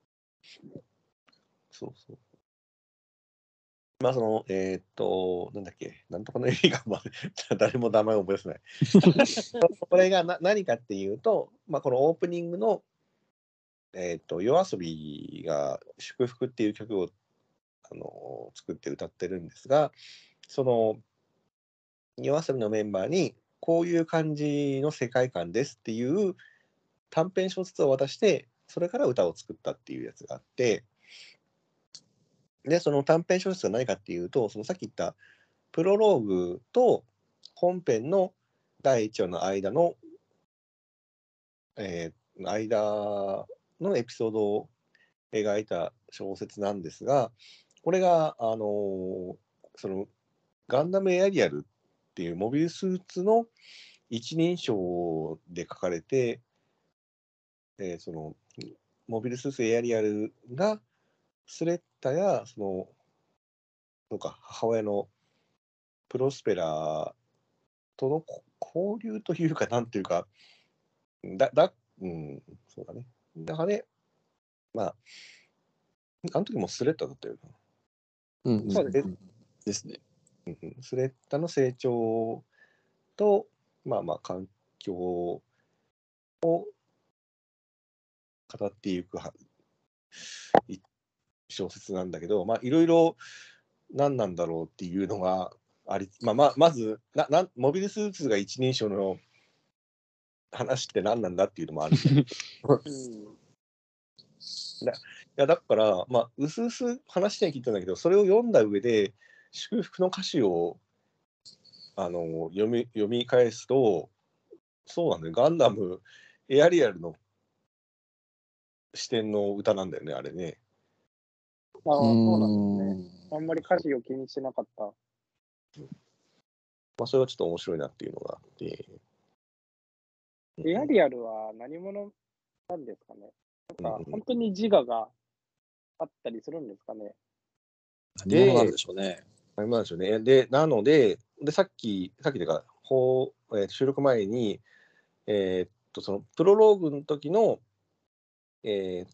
そうそうまあそのえー、っとなんだっけなんとかの映画まあ誰も名前を覚え出せないこれがな何かっていうと、まあ、このオープニングのえー、と夜遊びが「祝福」っていう曲をあの作って歌ってるんですがその夜遊びのメンバーにこういう感じの世界観ですっていう短編小説を渡してそれから歌を作ったっていうやつがあってで、その短編小説が何かっていうと、そのさっき言ったプロローグと本編のだいいちわの間の、えー間のエピソードを描いた小説なんですが、これが、あのーそのガンダムエアリアルっていうモビルスーツの一人称で書かれて、えーそのモビルスーツエアリアルがスレッタやそのそうか母親のプロスペラとのこ交流というか、なんていうか、だ、だ、うん、そうだね。だからね、まあ、あの時もスレッタだったよな。 うんそうですね。ですね。 うんうんスレッタの成長と、まあまあ、環境を語っていくはい小説なんだけど、まあ、いろいろ何なんだろうっていうのがあり、まあ、まあまずなな、モビルスーツが一人称の話って何なんだっていうのもあるんだけど、 うんだいやだから、まあ、うすうす話には聞いたんだけど、それを読んだ上で、祝福の歌詞をあの読み読み返すと、そうなんだよ、ガンダム、エアリアルの視点の歌なんだよね、あれね。 ああ、 うそうなんですね。 ーん。 あんまり歌詞を気にしてなかった。 まあ、それはちょっと面白いなっていうのがあって。 エアリアルは何者なんですかね。なんか、 うん本当に自我があったりするんですかね。 何者なんでしょうね。 なんでしょうね。で、なので、でさっき、さっきというか、ほうえー収録前に、えーっと、そのプロローグの時の、えーっ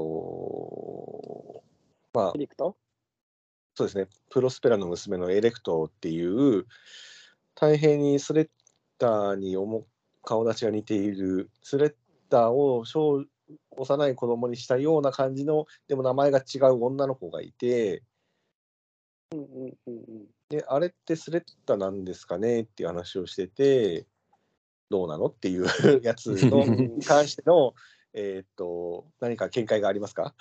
と、 エリクトそうですね、プロスペラの娘のエレクトっていう、大変にスレッタに思顔立ちが似ている、スレッタを小幼い子供にしたような感じの、でも名前が違う女の子がいて、 うんうんうんうん。 で、あれってスレッタなんですかねっていう話をしてて、どうなのっていうやつのに関しての、えーっと、何か見解がありますか？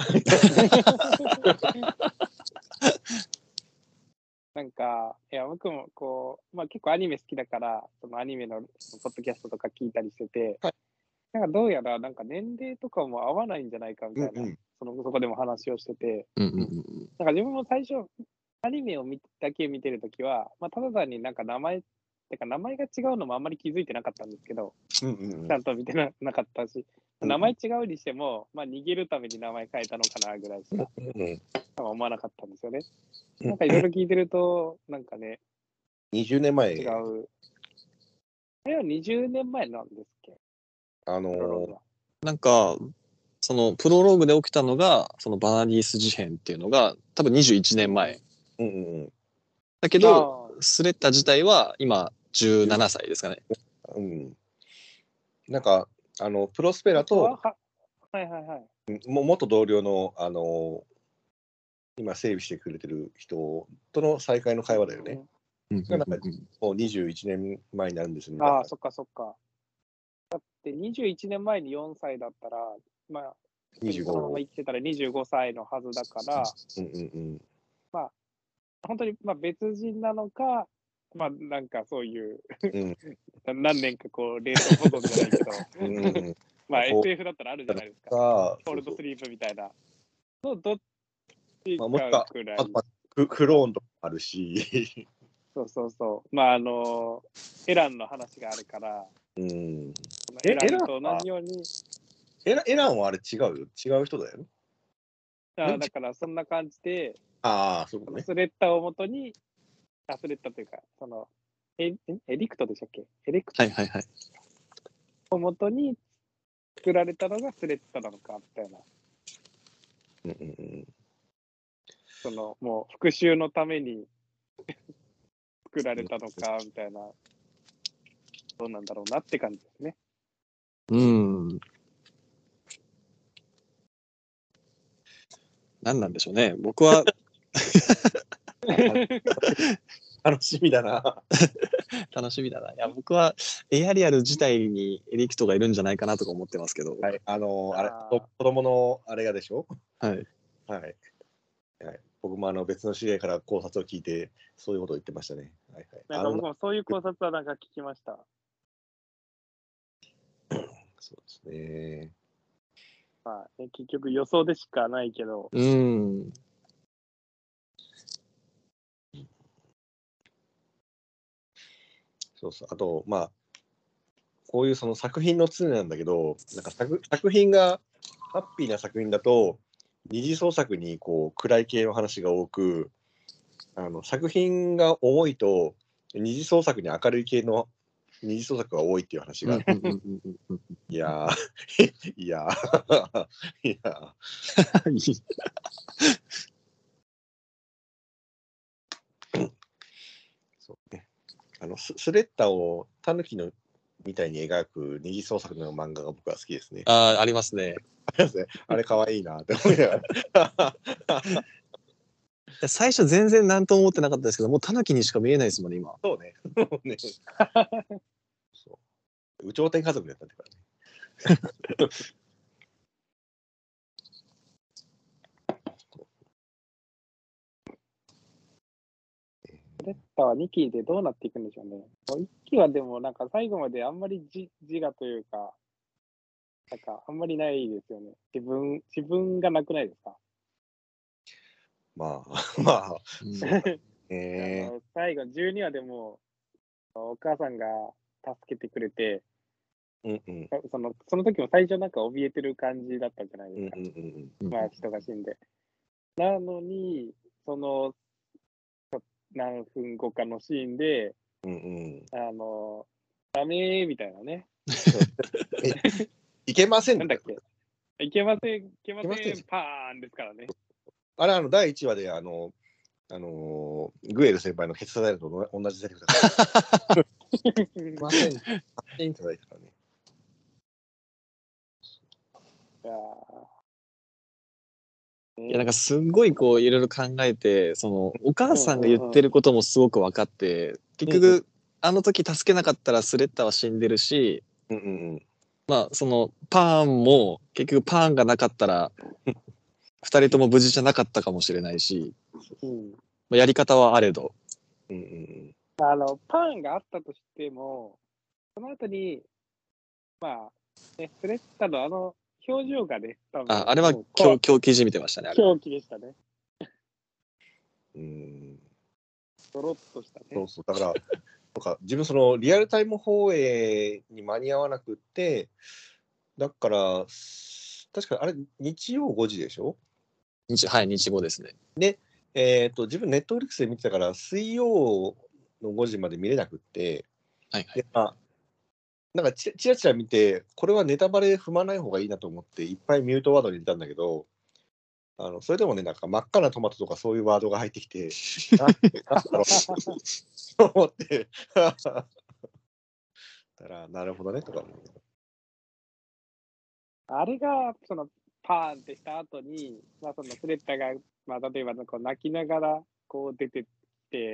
なんか、いや、僕もこう、まあ結構アニメ好きだから、そのアニメのポッドキャストとか聞いたりしてて、 はいなんかどうやらなんか年齢とかも合わないんじゃないかみたいな、 うんうんそのそこでも話をしてて、 うんうんうんなんか自分も最初、アニメを見だけ見てるときは、まあただ単になんか名前、てか名前が違うのもあんまり気づいてなかったんですけど、 うんうんちゃんと見てななかったし、 うん名前違うにしても、まあ逃げるために名前変えたのかなぐらいしかうんうん思わなかったんですよね。 うんなんかいろいろ聞いてると、なんかね、 にじゅうねんまえ、 違う。あれはにじゅうねんまえなんですっけ、 あのープロローグは。 なんか、そのプロローグで起きたのが、そのバナディース事変っていうのが多分にじゅういちねんまえ。 うんうんうんだけど、 ああ、 スレッタ自体は今じゅうななさいですかね。 うん、なんか、あの、プロスペラと、 僕はは、はいはいはい。 も元同僚の、あの、今整備してくれてる人との再会の会話だよね。 うんがなんかもうにじゅういちねんまえになるんですみたいな。 ああ、そっかそっか。だってにじゅういちねんまえによんさいだったら、まあ、普通にそのままに生きてたらにじゅうごさいのはずだから、 じゅうご。うんうんうん。 本当にまあ別人なのか、まあなんかそういううん何年かこう冷凍保存じゃないけど、 うんうん。 まあこうエスエフ だったらあるじゃないですか。 さあ、 コールドスリープみたいな。のどっちまあ、もしくはかくらい。 あとまあククローンとかあるし、 そうそうそう。まああの、エランの話があるから、 うん、 そのえエランとエランは同じように、 エラエランはあれ違うよ。違う人だよ。 あだからそんな感じで、 ああ、そうね。 そのスレッタをもとに、あ、スレッタというか、その、エエリクトでしたっけエレクトはいはいはい。 をもとに作られたのがスレッタなのか、みたいな。 うんうんうん。 その、もう復讐のために作られたのか、みたいな。どうなんだろうなって感じですね。 うん。何なんでしょうね。僕は楽しみだな。 楽しみだな。いや、僕はエアリアル自体にエリクトがいるんじゃないかなとか思ってますけど。 はい、あのーあれあー子供のあれがでしょ。 はい。 はい。はい。 僕もあの別の知り合いから考察を聞いて、そういうことを言ってましたね。はいはい、 なんか僕もそういう考察はなんか聞きました。 そうですね。 まあ、ね、結局予想でしかないけど。 うん。 そうそう。あと、まあ、こういうその作品の常なんだけど、なんか 作, 作品がハッピーな作品だと、二次創作にこう暗い系の話が多く、あの作品が重いと二次創作に明るい系の二次創作が多いっていう話があって、いやー、いやー、いやー。そうね。あのススレッタをタヌキのみたいに描く二次創作の漫画が僕は好きですね。 ああ、ありますね。 あれ可愛いなって思いながら。 最初全然何とも思ってなかったですけど、もうタヌキにしか見えないですもんね、今。 そうね。ねそう。有頂天家族だったんだからね。 スレッタはにきでどうなっていくんでしょうね。いっきはでもなんか最後まであんまり自自我というか、なんかあんまりないですよね。自分、自分がなくないですか？ まあ、まあ、 うんそうだあね。 の最後じゅうにわでもお母さんが助けてくれて、 うんうん。 そのその時も最初なんか怯えてる感じだったじゃないですか。 うんうんうんうん。 まあ人が死んで。なのに、その何分後かのシーンで、 うんうん。 あの、ダメーみたいなね。 えいけませんなんだっけいけません、いけまいけませんせん、パーンですからね。 あれ、あの、だいいちわで、あの、あのーグエル先輩のケツ叩いると同じセリフだから。いけません。勝手に叩いたからね。 いやいや、なんかすんごいこういろいろ考えて、そのお母さんが言ってることもすごく分かって、結うんう局あの時助けなかったらスレッタは死んでるし、 うんうんうん。 まあそのパーンも結局パーンがなかったら二人とも無事じゃなかったかもしれないし、 うんまあやり方はあれど。 うんうんうんあの、パンがあったとしても、その後に、まあ、ね、スレッタのあの表情がね、多分あ、あれはもう今日、 こ今日記事見てましたね、あれ。 狂気でしたね。 うんドロッとしたね。 そうそう。だから、とか自分そのリアルタイム放映に間に合わなくって、だから、確かあれ、日曜ごじでしょ？ 日、はい、日後ですね。 えっと、自分ネットフリックスで見てたから、水曜のごじまで見れなくって、 はいはい。 で、まあ、なんかちちらちら見て、これはネタバレ踏まない方がいいなと思って、いっぱいミュートワードに入れたんだけど、あのそれでもね、なんか真っ赤なトマトとかそういうワードが入ってきて、ななんだろうと思って、だからなるほどねとか思うけど。 あれが、その、パーンってした後に、まあ、そのスレッタが、まあ、例えば、こう泣きながら、こう出てって、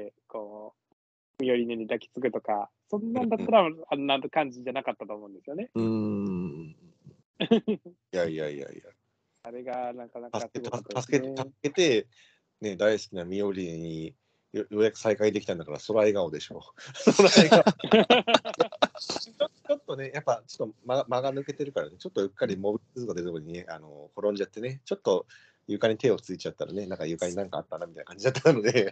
こう、ミオリネに抱きつくとか、そんなんだったら、あんな感じじゃなかったと思うんですよね。 うーん。 いやいやいやいや。 あれがなかなか助けすごかったです助け助ね。 けて、ね、大好きなミオリネによようやく再会できたんだから、そら笑顔でしょ。そら笑顔ちょちょっとね、やっぱちょっと間間が抜けてるからね、ちょっとうっかりモブズが出るところにね、あの転んじゃってね、ちょっと床に手をついちゃったらね、なんか床になんかあったなみたいな感じだったので、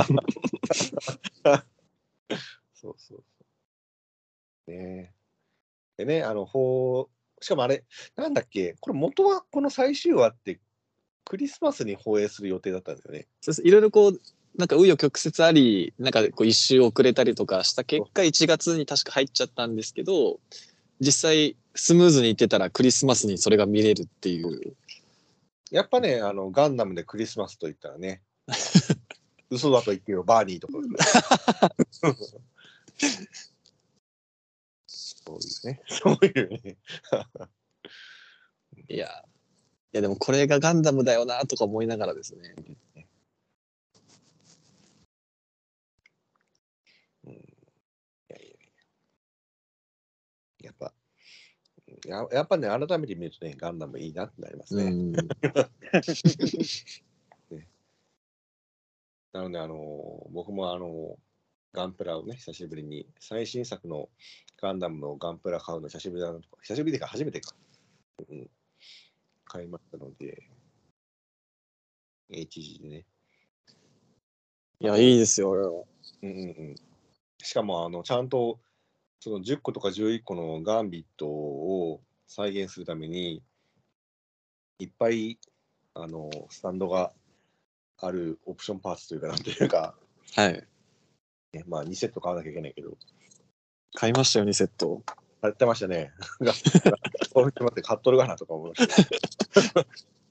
そうそうそう。ねでね、あの、ほう、しかもあれ、なんだっけ、これ元はこの最終話ってクリスマスに放映する予定だったんだよね。 そうです。いろいろこう、なんか紆余曲折あり、なんかこう一周遅れたりとかした結果、いちがつに確か入っちゃったんですけど、実際スムーズにいってたらクリスマスにそれが見れるっていう。 やっぱね、あの、ガンダムでクリスマスと言ったらね、嘘だと言ってよ、バーニーとか。そういうね、そういうね。 いや、いやでもこれがガンダムだよなとか思いながらですね。 うん、いやいやいややっぱや、やっぱね、改めて見るとね、ガンダムいいなってなりますね。 うん。 ねなので、あの、僕もあの、ガンプラをね、久しぶりに、最新作のガンダムのガンプラ買うの久しぶりだなとか、久しぶりでか、初めてか、うん、買いましたので、エイチジー でね。 いや、いいですよ。 うんうんうん。しかも、あの、ちゃんと、そのじゅっことかじゅういっこのガンビットを再現するために、いっぱい、あの、スタンドがあるオプションパーツというか、なんていうか、 はい。 ね、まあ、にセット買わなきゃいけないけど、 買いましたよ、にセット。 やってましたね。そうって待って、買っとるかなとか思いました。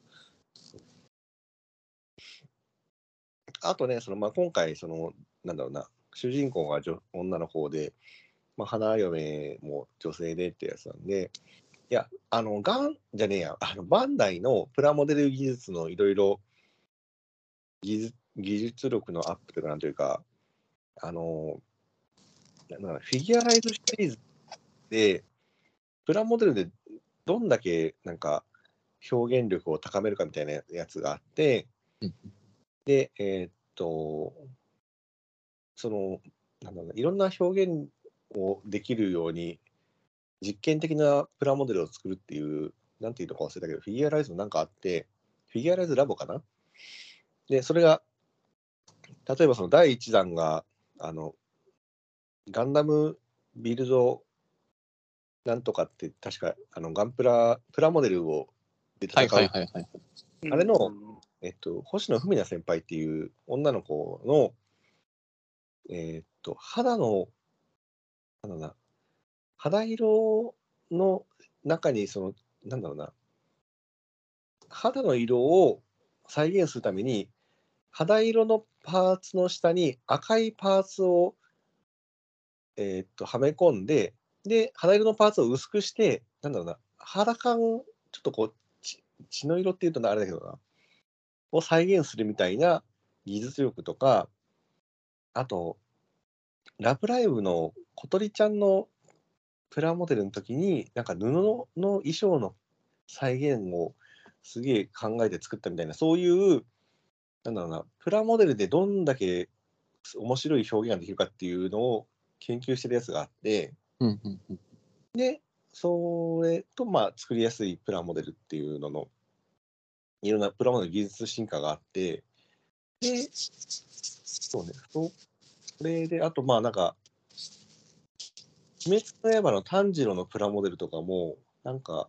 あとね、そのまあ、今回、その、なんだろうな、主人公が女女の方で、まあ、花嫁も女性でってやつなんで、いや、あの、ガンじゃねえや、あのバンダイのプラモデル技術のいろいろ技術技術力のアップというか、なんというか、あの、なんだろうなフィギュアライズシリーズで、プラモデルでどんだけなんか表現力を高めるかみたいなやつがあって、 うんで、えーっと、その、なんだろうな、いろんな表現をできるように、実験的なプラモデルを作るっていう、なんていうのか忘れたけど、フィギュアライズのなんかあって、フィギュアライズラボかな。で、それが、例えばそのだいいちだんが、あの、ガンダムビルドなんとかって、確か、あの、ガンプラ、プラモデルをで戦う、 はいはいはいはい。 あれの、 うんえっと、星野文奈先輩っていう女の子の、えーっと、肌の、なんだろうな、肌色の中に、その、なんだろうな、肌の色を再現するために、肌色のパーツの下に赤いパーツを、えーっとはめ込んで、で、肌色のパーツを薄くして、なんだろうな、肌感、ちょっとこう、ち血の色っていうとあれだけどな、を再現するみたいな技術力とか、あと、ラブライブの小鳥ちゃんのプラモデルの時に、なんか布の衣装の再現をすげえ考えて作ったみたいな、そういう、なんだろうな、プラモデルでどんだけ面白い表現ができるかっていうのを研究してるやつがあって、 うんうんうん。 で、それと、まあ、作りやすいプラモデルっていうのの、いろんなプラモデル技術進化があって、で、そうね、それで、あと、まあ、なんか、鬼滅の刃の炭治郎のプラモデルとかも、なんか、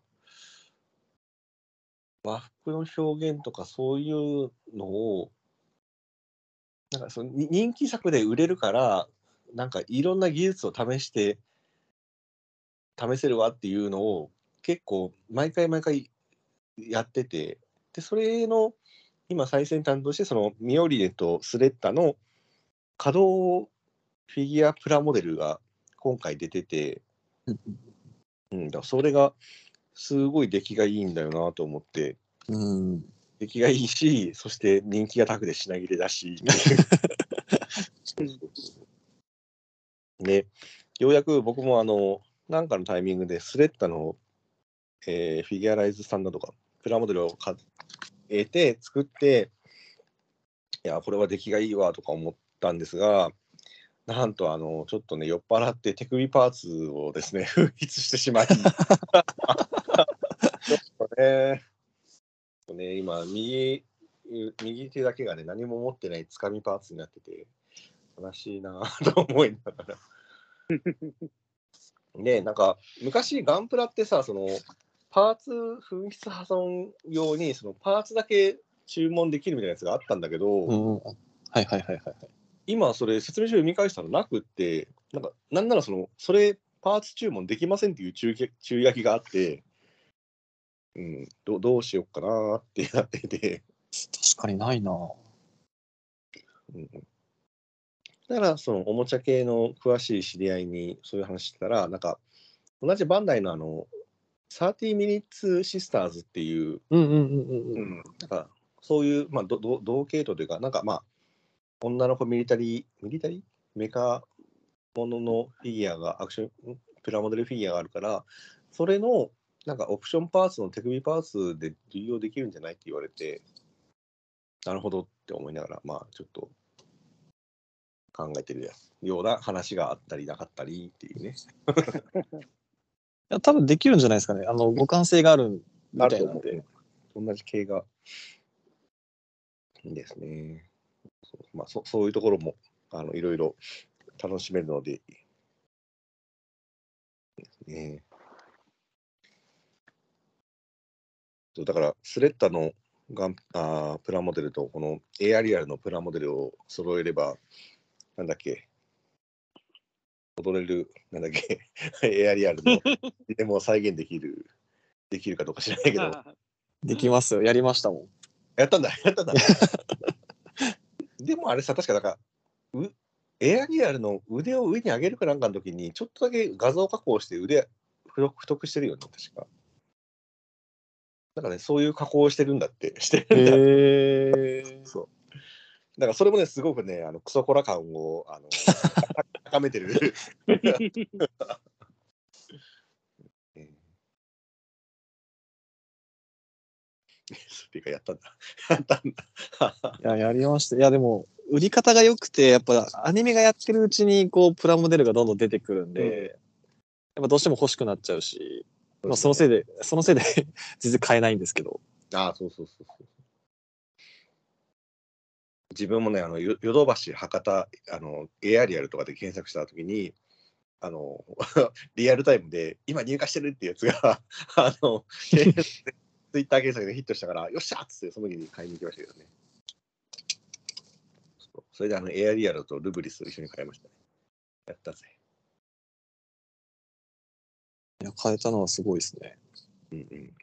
和服の表現とかそういうのを、なんかそのに人気作で売れるから、なんかいろんな技術を試して、試せるわっていうのを結構毎回毎回やってて、で、それの今最先端として、そのミオリネとスレッタの可動フィギュアプラモデルが今回出てて、うん、だからそれがすごい出来がいいんだよなと思って、 うん。 出来がいいし、そして人気が高くて品切れだし、で、ようやく僕もあの、なんかのタイミングでスレッタの、えーフィギュアライズスタンドとか、プラモデルを買えて、作って、いや、これは出来がいいわとか思ったんですが、なんとあの、ちょっとね、酔っ払って手首パーツをですね、紛失してしまい、ちょっとね、ね今右、右手だけがね、何も持ってないつかみパーツになってて、悲しいなぁと思いながら。で、なんか、昔ガンプラってさ、その、パーツ紛失破損用に、そのパーツだけ注文できるみたいなやつがあったんだけど、 うん。はいはいはいはいはい。 今それ説明書読み返したらなくって、なんか、なんならその、それ、パーツ注文できませんっていう注意注意書きがあって、うん、どどうしようかなってなってて、 確かにないな。 うん、だからそのおもちゃ系の詳しい知り合いにそういう話してたら、なんか同じバンダイのあのさんじゅうミニッツシスターズっていう、 うんうんうんうんうん。 なんかそういう、まあ、どど同系統というか、なんかまあ女の子ミリタリーミリタリーメカもののフィギュアがアクションプラモデルフィギュアがあるから、それのなんかオプションパーツの手首パーツで利用できるんじゃないって言われて、なるほどって思いながら、まあちょっと考えてるような話があったりなかったりっていうね。 いや多分できるんじゃないですかね。あの互換性があるみたいなんで。 同じ系がいいですね。そうまあ、そそういうところもあのいろいろ楽しめるので、ね、そうだからスレッタのガンあプラモデルとこのエアリアルのプラモデルを揃えれば、なんだっけ、踊れる、なんだっけ、エアリアルのでも再現できる、できるかどうか知らないけど。 できますよ。やりましたもん。 やったんだ、やったんだ。でもあれさ、確かなんか、うエアリアルの腕を上に上げるかなんかの時に、ちょっとだけ画像加工して腕太く太くしてるよね、確か。なんかね、そういう加工をしてるんだって、してるんだ。 へー。 そう。だからそれもね、すごくね、あのクソコラ感をあの高めてる。えーっていうか、やったんだ。やったんだ。 いや、やりました。いや、でも、売り方が良くて、やっぱアニメがやってるうちに、こう、プラモデルがどんどん出てくるんで、 うん、 やっぱどうしても欲しくなっちゃうし、 そうまあ、そのせいで、そのせいで全然買えないんですけど。 ああ、そうそうそうそう。自分もね、あのヨドバシ博多あのエアリアルとかで検索したときに、あのリアルタイムで今入荷してるっていうやつがあのツイッター検索でヒットしたから、よっしゃっつってその時に買いに行きましたけどね。そうそれであのエアリアルとルブリスを一緒に買いましたね。やったぜ。 いや、買えたのはすごいですね。 うんうん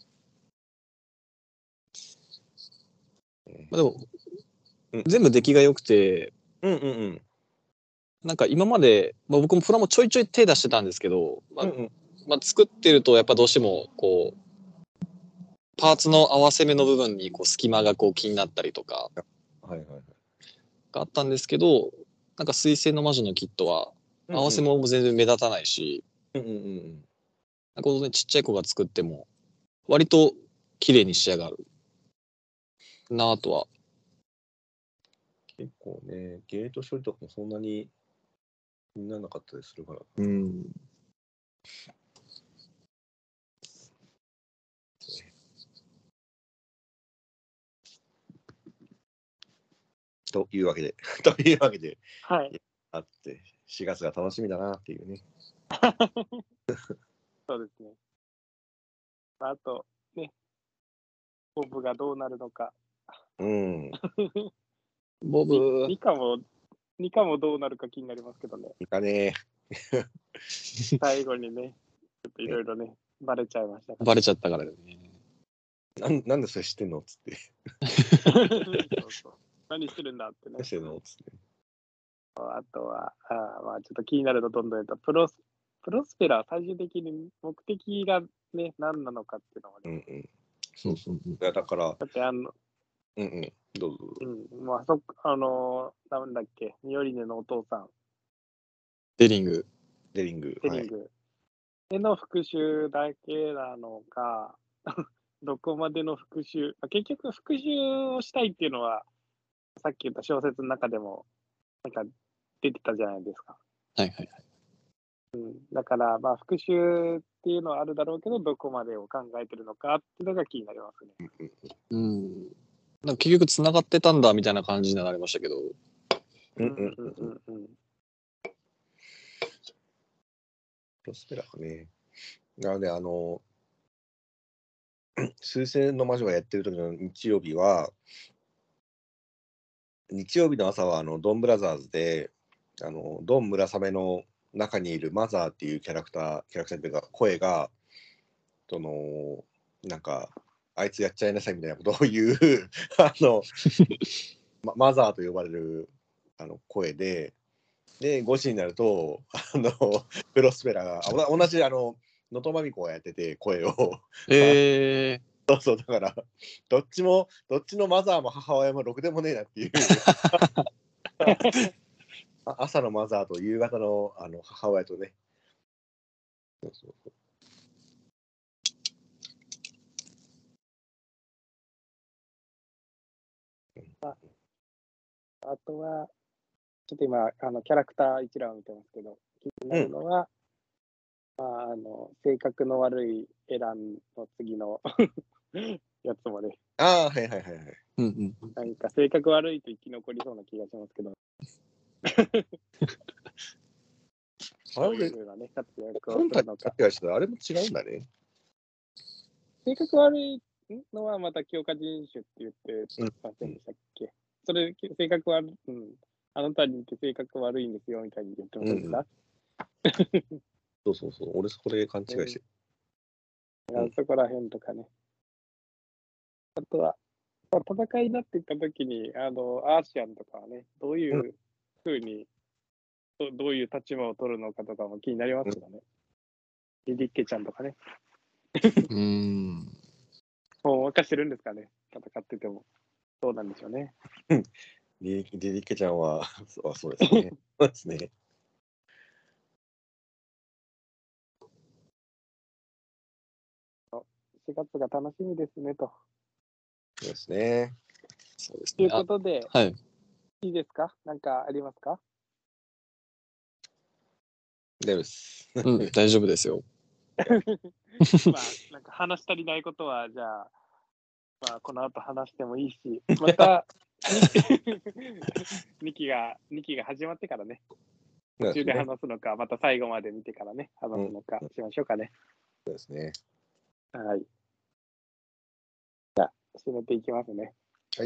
まあ、でも、 うん全部出来が良くて、 うんうんうんなんか今まで、まあ、僕もプラモちょいちょい手出してたんですけど、まあうんうんまあ、作ってるとやっぱどうしてもこうパーツの合わせ目の部分にこう隙間がこう気になったりとかはいはいはい。 があったんですけど、なんか水星の魔女のキットは合わせも全然目立たないし、 うんうんうんうんなんか本当にちっちゃい子が作っても割と綺麗に仕上がるなぁとは。 結構ね、ゲート処理とかもそんなに気にならなかったりするから。 うん。 というわけで、というわけで、 はい。 あって、しがつが楽しみだなっていうね。 そうですね。あと、ね、ボブがどうなるのか。 うん。 ボブニカも、ニカもどうなるか気になりますけどね。 いかね最後にね、ちょっといろいろね、バレちゃいましたから。 バレちゃったからね。 なん、なんでそれ知ってんのっつって。 そうそう。何してるんだってね何。してんのっつって。 あとは、あまあちょっと気になるとどんどん言うと、プロス、プロスペラ、最終的に目的がね、何なのかっていうのがね。 うんうん。そうそう。いやだから、 だってあの、 うんうん。どうぞどうぞ。 うん、まあそっあのー、なんだっけ、ミオリネのお父さん、 デリング。 デリング。はい。 デリング。への復讐だけなのか、どこまでの復讐、あ結局復讐をしたいっていうのは、さっき言った小説の中でも、なんか出てたじゃないですか。 はいはいはい。 だから、まあ、復讐っていうのはあるだろうけど、どこまでを考えてるのかっていうのが気になりますね。 うん。なんか結局繋がってたんだみたいな感じになりましたけど。 うんうんうんうん。 うんうん。 プロスペラかね。なので、あの、数千の魔女がやってる時の日曜日は、日曜日の朝はあのドンブラザーズで、あのドン村雨の中にいるマザーっていうキャラクター、キャラクターというか声が、その、なんか、あいつやっちゃいなさいみたいなことを言うあの、ま、マザーと呼ばれるあの声で、で、ごじになると、あの、プロスペラが、あ同じあの、能登まみこがやってて、声を。 えそうそう、だから、どっちも、どっちのマザーも母親もろくでもねえなっていう。あ朝のマザーと夕方のあの母親とね。そうそうそう。 あとは、 ちょっと今、あのキャラクター一覧を見てますけど、気になるのは、うん、まあ、あの性格の悪いエランの次のやつもね。 ああ、はいはいはいはい。 うんうん、 なんか性格悪いと生き残りそうな気がしますけど。そういうふうなね、活躍をするのか。 あれも違うんだね。 性格悪いのはまた強化人種って言ってませんでしたっけ、うん、それ、性格悪い、うん。あなたにって性格悪いんですよみたいに言ってませんでした、 うん、そうそうそう、俺そこで勘違いしてる。 うん、そこら辺とかね。あとは、戦いになっていったときに、あの、アーシアンとかはね、どういうふうに、ど, どういう立場を取るのかとかも気になりますけどね。リリッケちゃんとかね。 うーん。 もう沸かしてるんですかね、戦ってても。そうなんでしょうね。 リリッケちゃんは、そうそうですね。そうですね。 しがつが楽しみですねと。 そうですね。 そうですね。 ということで、 はい。 いいですか？なんかありますか？ 大丈夫です。 うん、大丈夫ですよ。 まあ、なんか話し足りないことは、じゃあ、まあ、この後話してもいいし、また、にきが、にきが始まってからね、途中で話すのか、また最後まで見てからね、話すのかしましょうかね。 そうですね。 はい。じゃあ、締めていきますね。 はい。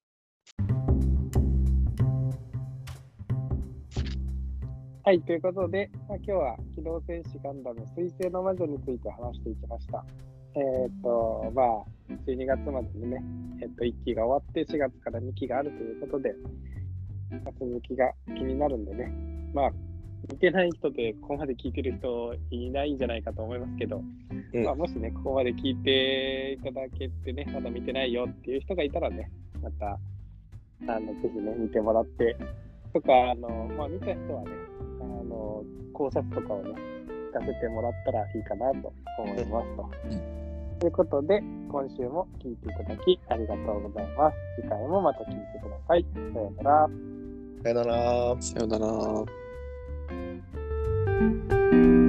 はい、ということで、まあ、今日は機動戦士ガンダム水星の魔女について話していきました。えっ、ー、と、まあ、じゅうにがつまでにね、えっ、ー、と、いっきが終わってしがつからにきがあるということで、まあ、続きが気になるんでね、まあ、見てない人でここまで聞いてる人いないんじゃないかと思いますけど、うん、まあ、もしね、ここまで聞いていただけてね、まだ見てないよっていう人がいたらね、また、あの、ぜひね、見てもらって、とか、あの、まあ、見た人はね、あの、考察とかをね、聞かせてもらったらいいかなと思いますと。ということで、今週も聞いていただきありがとうございます。次回もまた聞いてください。さようなら。 さようなら。 さようなら。